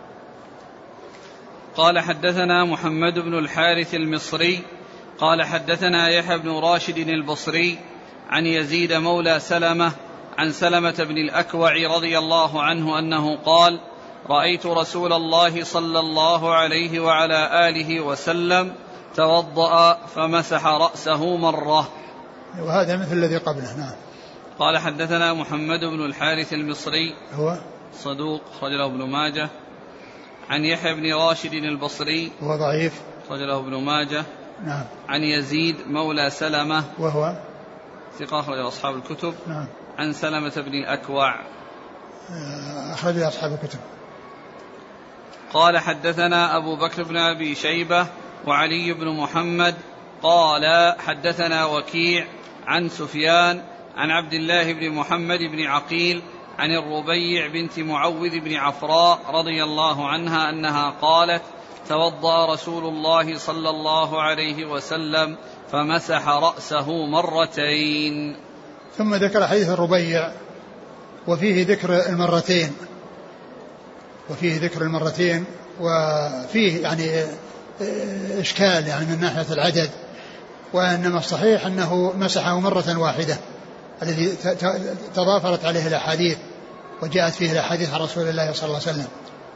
قال حدثنا محمد بن الحارث المصري قال حدثنا يحيى بن راشد البصري عن يزيد مولى سلمة عن سلمة بن الأكوع رضي الله عنه أنه قال رأيت رسول الله صلى الله عليه وعلى آله وسلم توضأ فمسح رأسه مرة. وهذا مثل الذي قبله. نعم. قال حدثنا محمد بن الحارث المصري هو صدوق أخرج له ابن ماجه. عن يحيى بن راشد البصري هو ضعيف أخرج له ابن ماجه. نعم. عن يزيد مولى سلمة وهو ثقة أخرج أصحاب الكتب. نعم. عن سلمة بن الأكوع أخرج أصحاب الكتب. قال حدثنا أبو بكر بن أبي شيبة وعلي بن محمد قال حدثنا وكيع عن سفيان عن عبد الله بن محمد بن عقيل عن الربيع بنت معوذ بن عفراء رضي الله عنها أنها قالت توضأ رسول الله صلى الله عليه وسلم فمسح رأسه مرتين. ثم ذكر حديث الربيع وفيه ذكر المرتين وفيه ذكر المرتين وفيه يعني إشكال يعني من ناحية العدد، وإنما الصحيح أنه مسحه مرة واحدة الذي تضافرت عليه الأحاديث وجاءت فيه الأحاديث عن رسول الله صلى الله عليه وسلم.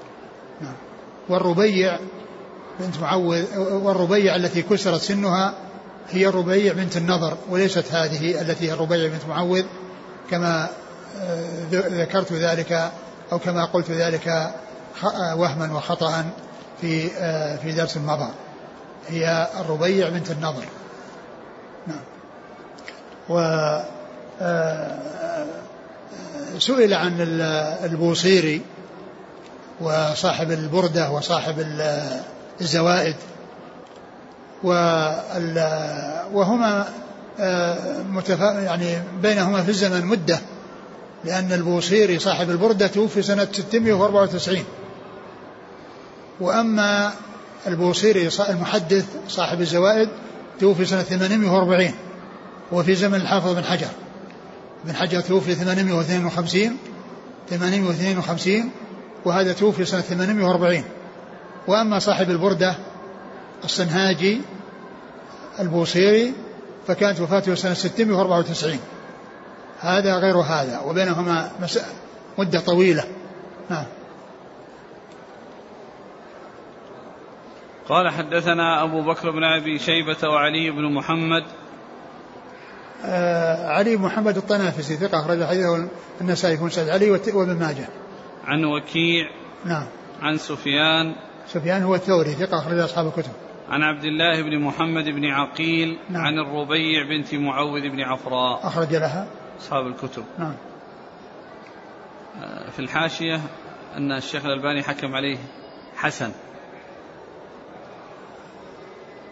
والربيع بنت معوذ والربيع التي كسرت سنها هي الربيع بنت النضر وليست هذه التي هي الربيع بنت معوذ كما ذكرت ذلك أو كما قلت ذلك وهما وخطأ في في درس مضى. هي الربيع بنت النضر. نعم. وسئل عن البوصيري وصاحب البردة وصاحب الزوائد وهما يعني بينهما في الزمن مدة، لأن البوصيري صاحب البردة توفي سنة ستمائة وأربعة وتسعين، وأما البوصيري المحدث صاحب الزوائد توفي سنة ثمانمائة وأربعين، وفي زمن الحافظ بن حجر بن حجر توفي ثمانمائة واثنين وخمسين ثمانمائة واثنين وخمسين وهذا توفي سنة ثمانمائة وأربعين. وأما صاحب البردة الصنهاجي البوصيري فكانت وفاته سنة ستمائة وأربعة وتسعين، هذا غير هذا وبينهما مدة طويلة. نعم. قال حدثنا أبو بكر بن أبي شيبة وعلي بن محمد. آه علي بن محمد الطنافسي ثقة أخرج حديثه النسائي في مسند علي وابن ماجه. عن وكيع. نعم. عن سفيان. سفيان هو الثوري ثقة أخرج أصحاب الكتب. عن عبد الله بن محمد بن عقيل. نعم. عن الربيع بنت معوذ بن عفراء أخرج لها أصحاب الكتب. نعم. في الحاشية أن الشيخ الألباني حكم عليه حسن.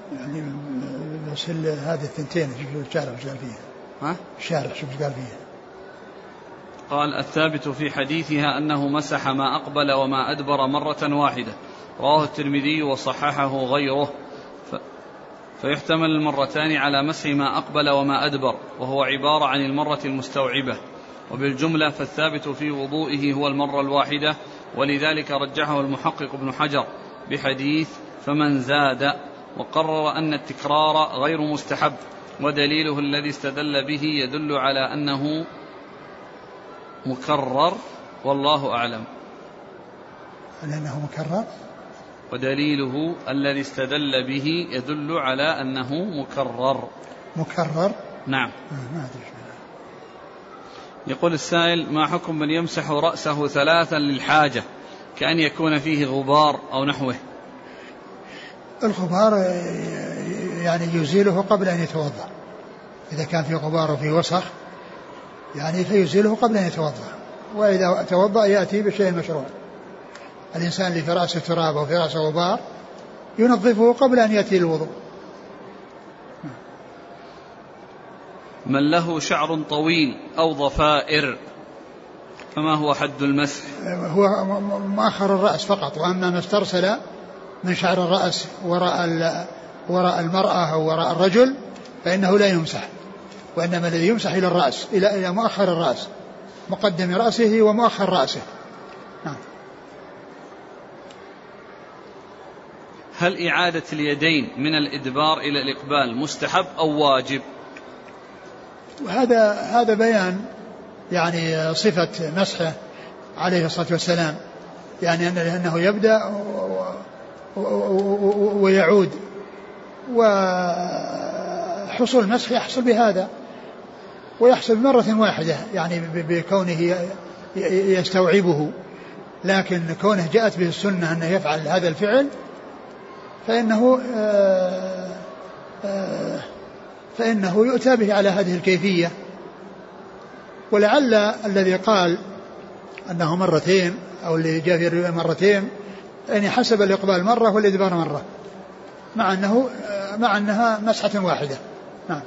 يعني بس هذه الثنتين شوف الشارع وش قال فيها. ها؟ الشارع شوف قال فيها. قال الثابت في حديثها أنه مسح ما أقبل وما أدبر مرة واحدة، رواه الترمذي وصححه غيره، ف... فيحتمل المرتان على مسح ما أقبل وما أدبر، وهو عبارة عن المرة المستوعبة. وبالجملة فالثابت في وضوئه هو المرة الواحدة، ولذلك رجحه المحقق ابن حجر بحديث فمن زاد، وقرر أن التكرار غير مستحب، ودليله الذي استدل به يدل على أنه مكرر، والله أعلم. لأنه مكرر، ودليله الذي استدل به يدل على أنه مكرر. مكرر نعم. ما أدري. يقول السائل: ما حكم من يمسح رأسه ثلاثا للحاجة كأن يكون فيه غبار أو نحوه؟ الغبار يعني يزيله قبل أن يتوضأ، إذا كان في غبار وفي وسخ يعني فيزيله قبل أن يتوضأ، وإذا توضأ يأتي بشيء مشروع. الإنسان اللي في رأسه تراب أو في رأسه غبار ينظفه قبل أن يأتي الوضوء. من له شعر طويل أو ضفائر فما هو حد المسح؟ هو مؤخر الرأس فقط، وأما ما استرسل من شعر الرأس وراء وراء المرأة أو وراء الرجل فإنه لا يمسح، وإنما الذي يمسح إلى الرأس، إلى إلى مؤخر الرأس، مقدم رأسه ومؤخر رأسه. نعم. هل إعادة اليدين من الإدبار إلى الإقبال مستحب أو واجب؟ وهذا هذا بيان يعني صفة مسحه عليه الصلاة والسلام، يعني أنه يبدأ ويعود، وحصول المسح يحصل بهذا ويحصل مرة واحدة يعني بكونه يستوعبه، لكن كونه جاءت به السنة أنه يفعل هذا الفعل فإنه آآ آآ فإنه يؤتى به على هذه الكيفية. ولعل الذي قال أنه مرتين أو اللي جاء في الرواية مرتين يعني حسب الإقبال مرة والإدبار مرة، مع أنه مع أنها مسحة واحدة. نعم.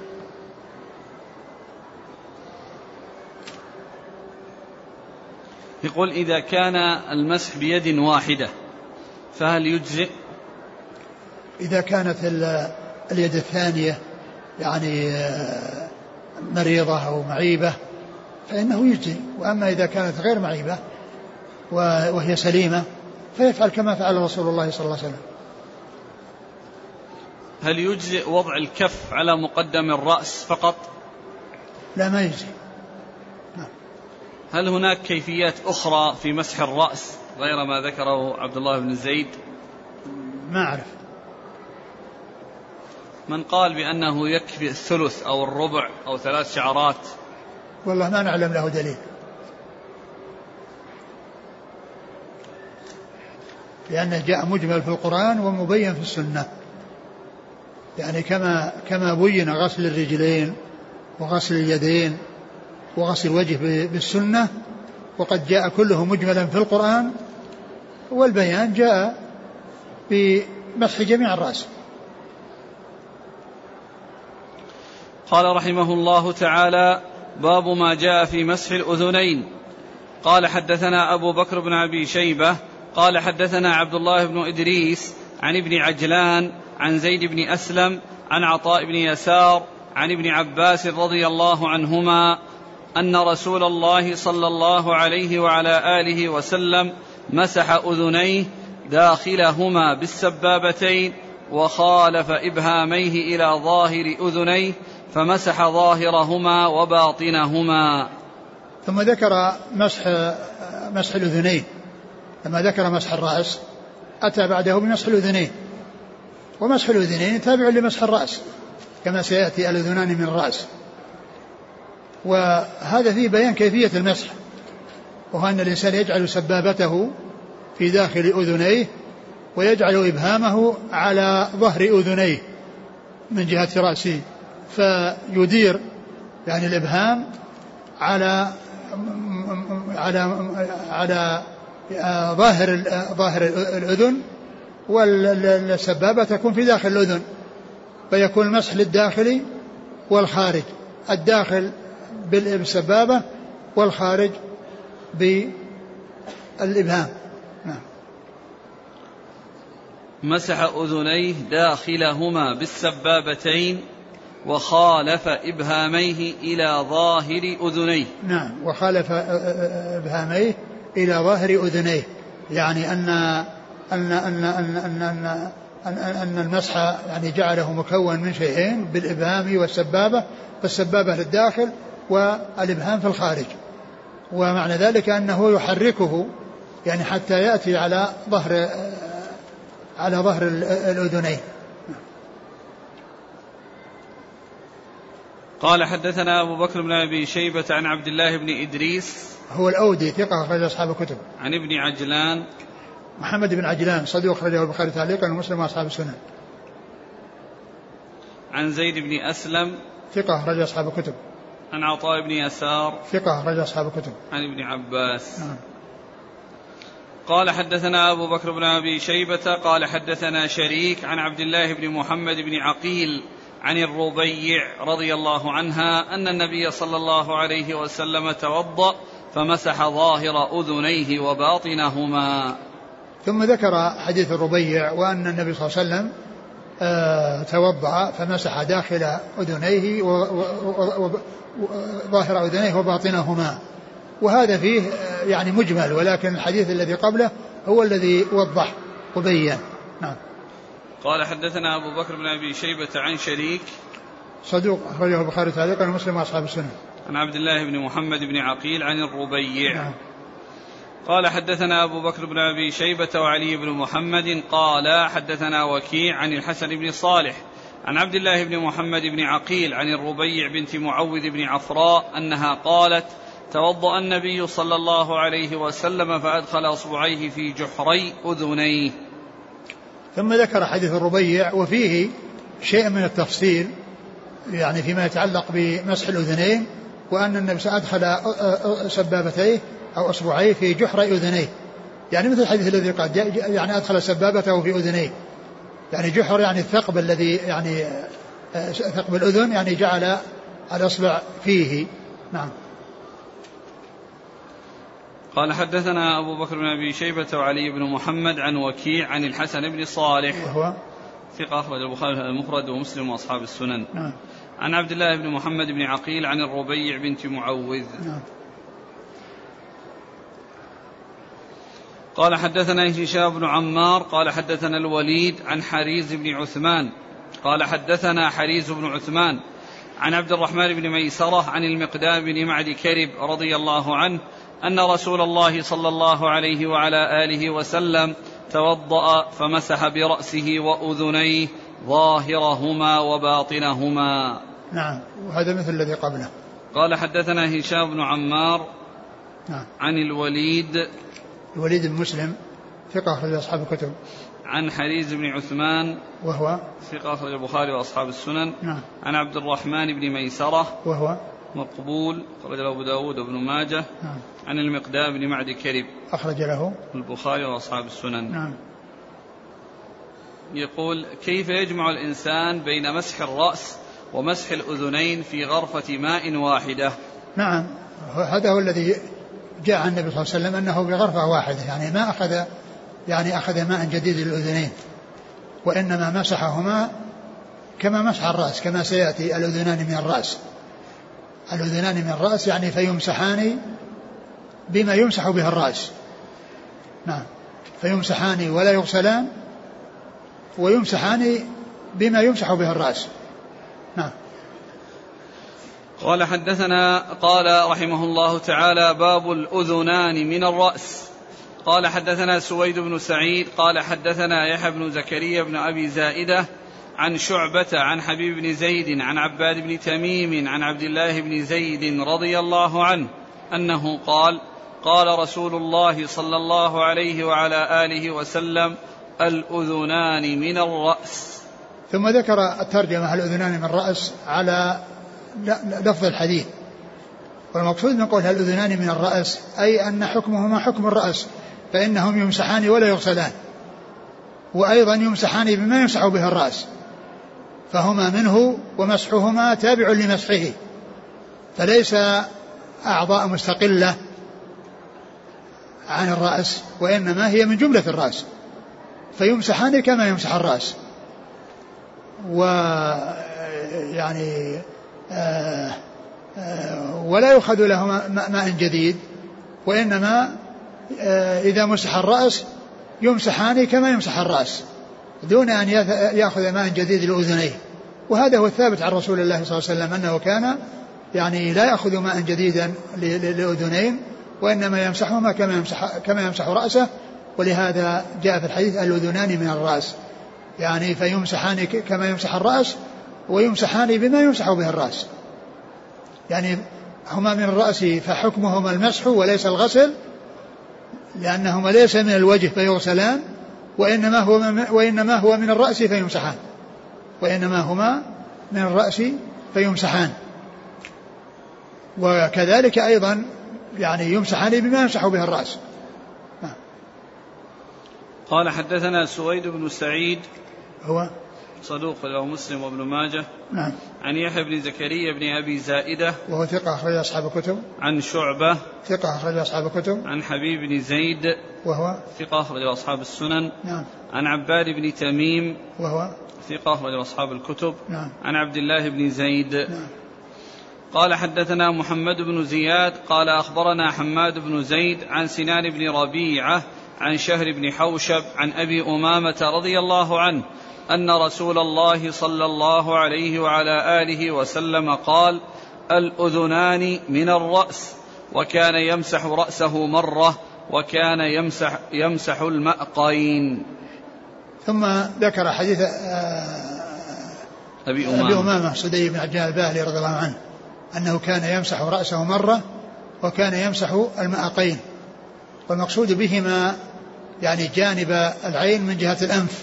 يقول: إذا كان المسح بيد واحدة فهل يجزئ؟ إذا كانت اليد الثانية يعني مريضة أو معيبة فإنه يجزئ، وأما إذا كانت غير معيبة وهي سليمة فيفعل كما فعل رسول الله صلى الله عليه وسلم. هل يجزئ وضع الكف على مقدم الرأس فقط؟ لا، ما يجزئ. هل هناك كيفيات أخرى في مسح الرأس غير ما ذكره عبد الله بن زيد؟ ما أعرف. من قال بأنه يكفي الثلث أو الربع أو ثلاث شعرات؟ والله ما نعلم له دليل، لأنه جاء مجمل في القرآن ومبين في السنة، يعني كما كما بين غسل الرجلين وغسل اليدين وغسل الوجه بالسنة، وقد جاء كله مجملا في القرآن، والبيان جاء بمسح جميع الرأس. قال رحمه الله تعالى: باب ما جاء في مسح الأذنين. قال: حدثنا أبو بكر بن أبي شيبة قال حدثنا عبد الله بن إدريس عن ابن عجلان عن زيد بن أسلم عن عطاء بن يسار عن ابن عباس رضي الله عنهما أن رسول الله صلى الله عليه وعلى آله وسلم مسح أذنيه داخلهما بالسبابتين وخالف إبهاميه إلى ظاهر أذنيه فمسح ظاهرهما وباطنهما. ثم ذكر مسح مسح الأذنين، لما ذكر مسح الرأس أتى بعده بمسح الأذنين، ومسح الأذنين تابع لمسح الرأس كما سيأتي الأذنان من الرأس. وهذا فيه بيان كيفية المسح، وهو أن الإنسان يجعل سبابته في داخل أذنيه ويجعل إبهامه على ظهر أذنيه من جهة رأسه، فيدير يعني الإبهام على على على ظاهر ظاهر الأذن، والسبابة تكون في داخل الأذن، فيكون المسح للداخل والخارج، الداخل بالسبابة والخارج بالإبهام. نعم. مسح أذنيه داخلهما بالسبابتين وخالف إبهاميه إلى ظاهر أذنيه. نعم، وخالف إبهاميه إلى ظاهر أذنيه، يعني أن أن أن أن أن, أن أن, أن المسح يعني جعله مكون من شيئين، بالإبهام والسبابة، فالسبابة للداخل والإبهام في الخارج، ومعنى ذلك أنه يحركه يعني حتى يأتي على ظهر على ظهر الأذنين. قال حدثنا أبو بكر بن أبي شيبة عن عبد الله بن إدريس هو الأودي ثقة أخرج أصحاب الكتب. عن ابن عجلان محمد بن عجلان صدوق أخرجه البخاري تعليقا ومسلم وأصحاب السنن. عن زيد بن أسلم ثقة أخرج أصحاب الكتب. عن عطاء بن يسار ثقة أخرج أصحاب الكتب. عن ابن عباس. نعم. قال حدثنا أبو بكر بن أبي شيبة قال حدثنا شريك عن عبد الله بن محمد بن عقيل عن الربيع رضي الله عنها أن النبي صلى الله عليه وسلم توضأ فمسح ظاهر أذنيه وباطنهما. ثم ذكر حديث الربيع وأن النبي صلى الله عليه وسلم آه توضأ فمسح داخل أذنيه وظاهر أذنيه وباطنهما، وهذا فيه يعني مجمل، ولكن الحديث الذي قبله هو الذي وضح وبين. نعم. قال حدثنا أبو بكر بن أبي شيبة عن شريك صدوق أخرجه البخاري تعليقا ومسلم وأصحاب السنن. عن عبد الله بن محمد بن عقيل عن الربيع. نعم. قال حدثنا أبو بكر بن أبي شيبة وعلي بن محمد قال حدثنا وكيع عن الحسن بن صالح عن عبد الله بن محمد بن عقيل عن الربيع بنت معوذ بن عفراء أنها قالت توضأ النبي صلى الله عليه وسلم فأدخل أصبعيه في جحري أذنيه. ثم ذكر حديث الربيع وفيه شيء من التفصيل يعني فيما يتعلق بمسح الأذنين، وأن النبي أدخل سبابتيه أو أصبعيه في جحر أذنيه، يعني مثل الحديث الذي قال يعني أدخل سبابته في أذنيه، يعني جحر يعني الثقب الذي يعني ثقب الأذن يعني جعل الأصبع فيه. نعم. قال حدثنا أبو بكر بن أبي شيبة وعلي بن محمد عن وكيع عن الحسن بن صالح وهو ثقة أخرج البخاري المفرد ومسلم وأصحاب السنن. نعم. عن عبد الله بن محمد بن عقيل عن الربيع بنت معوذ. نعم. قال حدثنا هشام بن عمار قال حدثنا الوليد عن حريز بن عثمان قال حدثنا حريز بن عثمان عن عبد الرحمن بن ميسرة عن المقدام بن معد كرب رضي الله عنه أن رسول الله صلى الله عليه وعلى آله وسلم توضأ فمسح برأسه وأذنيه ظاهرهما وباطنهما. نعم. وهذا مثل الذي قبله. قال حدثنا هشام بن عمار نعم. عن الوليد الوليد بن مسلم ثقة أخرج أصحاب الكتب. عن حريز بن عثمان وهو ثقة أخرج البخاري وأصحاب السنن. نعم. عن عبد الرحمن بن ميسرة وهو مقبول أخرج له أبو داود وابن ماجه. نعم. عن المقدام بن معد كرب أخرج له البخاري وأصحاب السنن. نعم. يقول كيف يجمع الإنسان بين مسح الرأس ومسح الأذنين في غرفة ماء واحدة؟ نعم، هذا هو الذي جاء عن النبي صلى الله عليه وسلم أنه بغرفة واحدة، يعني ما أخذ يعني أخذ ماء جديد للأذنين، وإنما مسحهما كما مسح الرأس، كما سيأتي الأذنان من الرأس الأذنان من الرأس يعني فيمسحان بما يمسح به الرأس. نعم، فيمسحان ولا يغسلان، ويمسحان بما يمسح به الرأس. نعم. قال حدثنا قال رحمه الله تعالى باب الأذنان من الرأس. قال حدثنا سويد بن سعيد قال حدثنا يحيى بن زكريا بن أبي زائدة عن شعبة عن حبيب بن زيد عن عباد بن تميم عن عبد الله بن زيد رضي الله عنه أنه قال قال رسول الله صلى الله عليه وعلى آله وسلم الأذنان من الرأس. ثم ذكر الترجمة الأذنان من الرأس على لفظ الحديث، والمقصود من قولها الأذنان من الرأس أي أن حكمهما حكم الرأس، فإنهم يمسحان ولا يغسلان، وأيضا يمسحان بما يمسح به الرأس، فهما منه ومسحهما تابع لمسحه، فليس أعضاء مستقلة عن الرأس، وإنما هي من جملة الرأس، فيمسحان كما يمسح الرأس. ويعني آه آه ولا يؤخذ لهما ماء جديد، وإنما آه إذا مسح الرأس يمسحان كما يمسح الرأس دون أن يأخذ ماء جديد لأذنيه. وهذا هو الثابت عن رسول الله صلى الله عليه وسلم أنه كان يعني لا يأخذ ماء جديدا لأذنين، وإنما يمسحهما كما يمسح, كما يمسح رأسه. ولهذا جاء في الحديث الأذنان من الرأس، يعني فيمسحان كما يمسح الرأس ويمسحان بما يمسح به الرأس، يعني هما من الرأس فحكمهما المسح وليس الغسل، لأنهما ليس من الوجه فيغسلان، وإنما هو من, وإنما هو من الرأس فيمسحان وإنما هما من الرأس فيمسحان. وكذلك أيضا يعني يمسحان بما يمسح به الرأس. قال حدثنا سويد بن سعيد هو صدوق له مسلم وابن ماجه. نعم. عن يحيى بن زكريا بن أبي زائدة وهو ثقة أخرج أصحاب الكتب. عن شعبة ثقة أخرج أصحاب الكتب. عن حبيب بن زيد وهو ثقة أخرج أصحاب السنن. نعم. عن عباد بن تميم وهو ثقة أخرج أصحاب الكتب. نعم. عن عبد الله بن زيد. نعم. قال حدثنا محمد بن زياد قال أخبرنا حماد بن زيد عن سنان بن ربيعة عن شهر بن حوشب عن أبي أمامة رضي الله عنه أن رسول الله صلى الله عليه وعلى آله وسلم قال: الأذنان من الرأس، وكان يمسح رأسه مرة، وكان يمسح, يمسح المأقين. ثم ذكر حديث أبي أمامة, أبي أمامة سدي بن عجلان الباهلي رضي الله عنه أنه كان يمسح رأسه مرة وكان يمسح المأقين، والمقصود بهما يعني جانب العين من جهة الأنف.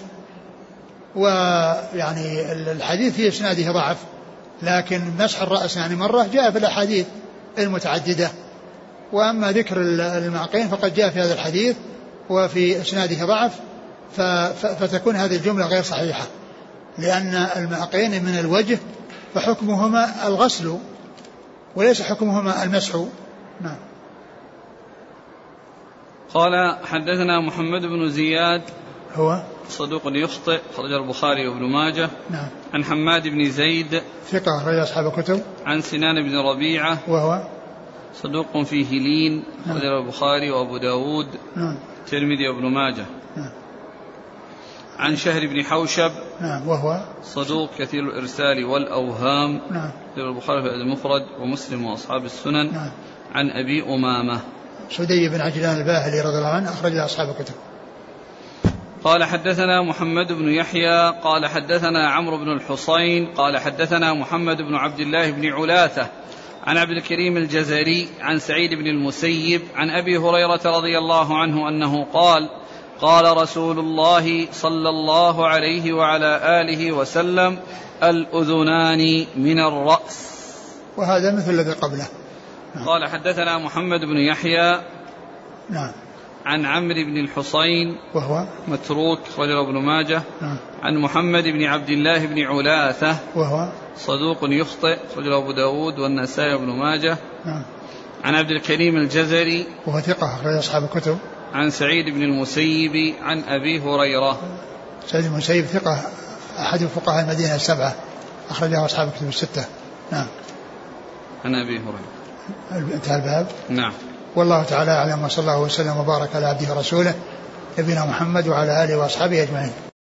ويعني الحديث في إسناده ضعف، لكن مسح الرأس يعني مرة جاء في الأحاديث المتعددة. وأما ذكر المعقين فقد جاء في هذا الحديث وفي إسناده ضعف، فتكون هذه الجملة غير صحيحة، لأن المعقين من الوجه فحكمهما الغسل وليس حكمهما المسح. نعم. قال حدثنا محمد بن زياد هو صدوق يخطئ خرج البخاري وابن ماجه. نعم. عن حماد بن زيد ثقة خرج أصحاب الكتب. عن سنان بن ربيعة وهو صدوق فيه لين خرج البخاري وابو داود. نعم. الترمذي وابن ماجه. نعم. عن شهر بن حوشب. نعم. وهو صدوق كثير الإرسال والأوهام. نعم. البخاري في المفرد ومسلم وأصحاب السنن. نعم. عن أبي أمامة سدي بن عجلان الباهلي رضي الله عنه أخرج أصحاب الكتب. قال حدثنا محمد بن يحيى قال حدثنا عمرو بن الحصين قال حدثنا محمد بن عبد الله بن علاثة عن عبد الكريم الجزري عن سعيد بن المسيب عن أبي هريرة رضي الله عنه أنه قال: قال رسول الله صلى الله عليه وعلى آله وسلم: الأذنان من الرأس. وهذا مثل الذي قبله. نعم. قال حدثنا محمد بن يحيى. نعم. عن عمرو بن الحصين وهو متروك رجل ابن ماجه. نعم. عن محمد بن عبد الله بن علاثة وهو صدوق يخطئ رجل أبو داود والنسائي وابن ماجه. نعم. عن عبد الكريم الجزري وهو ثقة أخرج أصحاب الكتب. عن سعيد بن المسيب عن أبي هريرة. سعيد بن المسيب ثقة أحد فقهاء المدينة السبعة أخرجه أصحاب الكتب الستة. نعم. عن أبي هريرة. انتهى الباب. نعم. والله تعالى أعلم، وصلى الله وسلم وبارك على عبده ورسوله نبينا محمد وعلى آله وأصحابه أجمعين.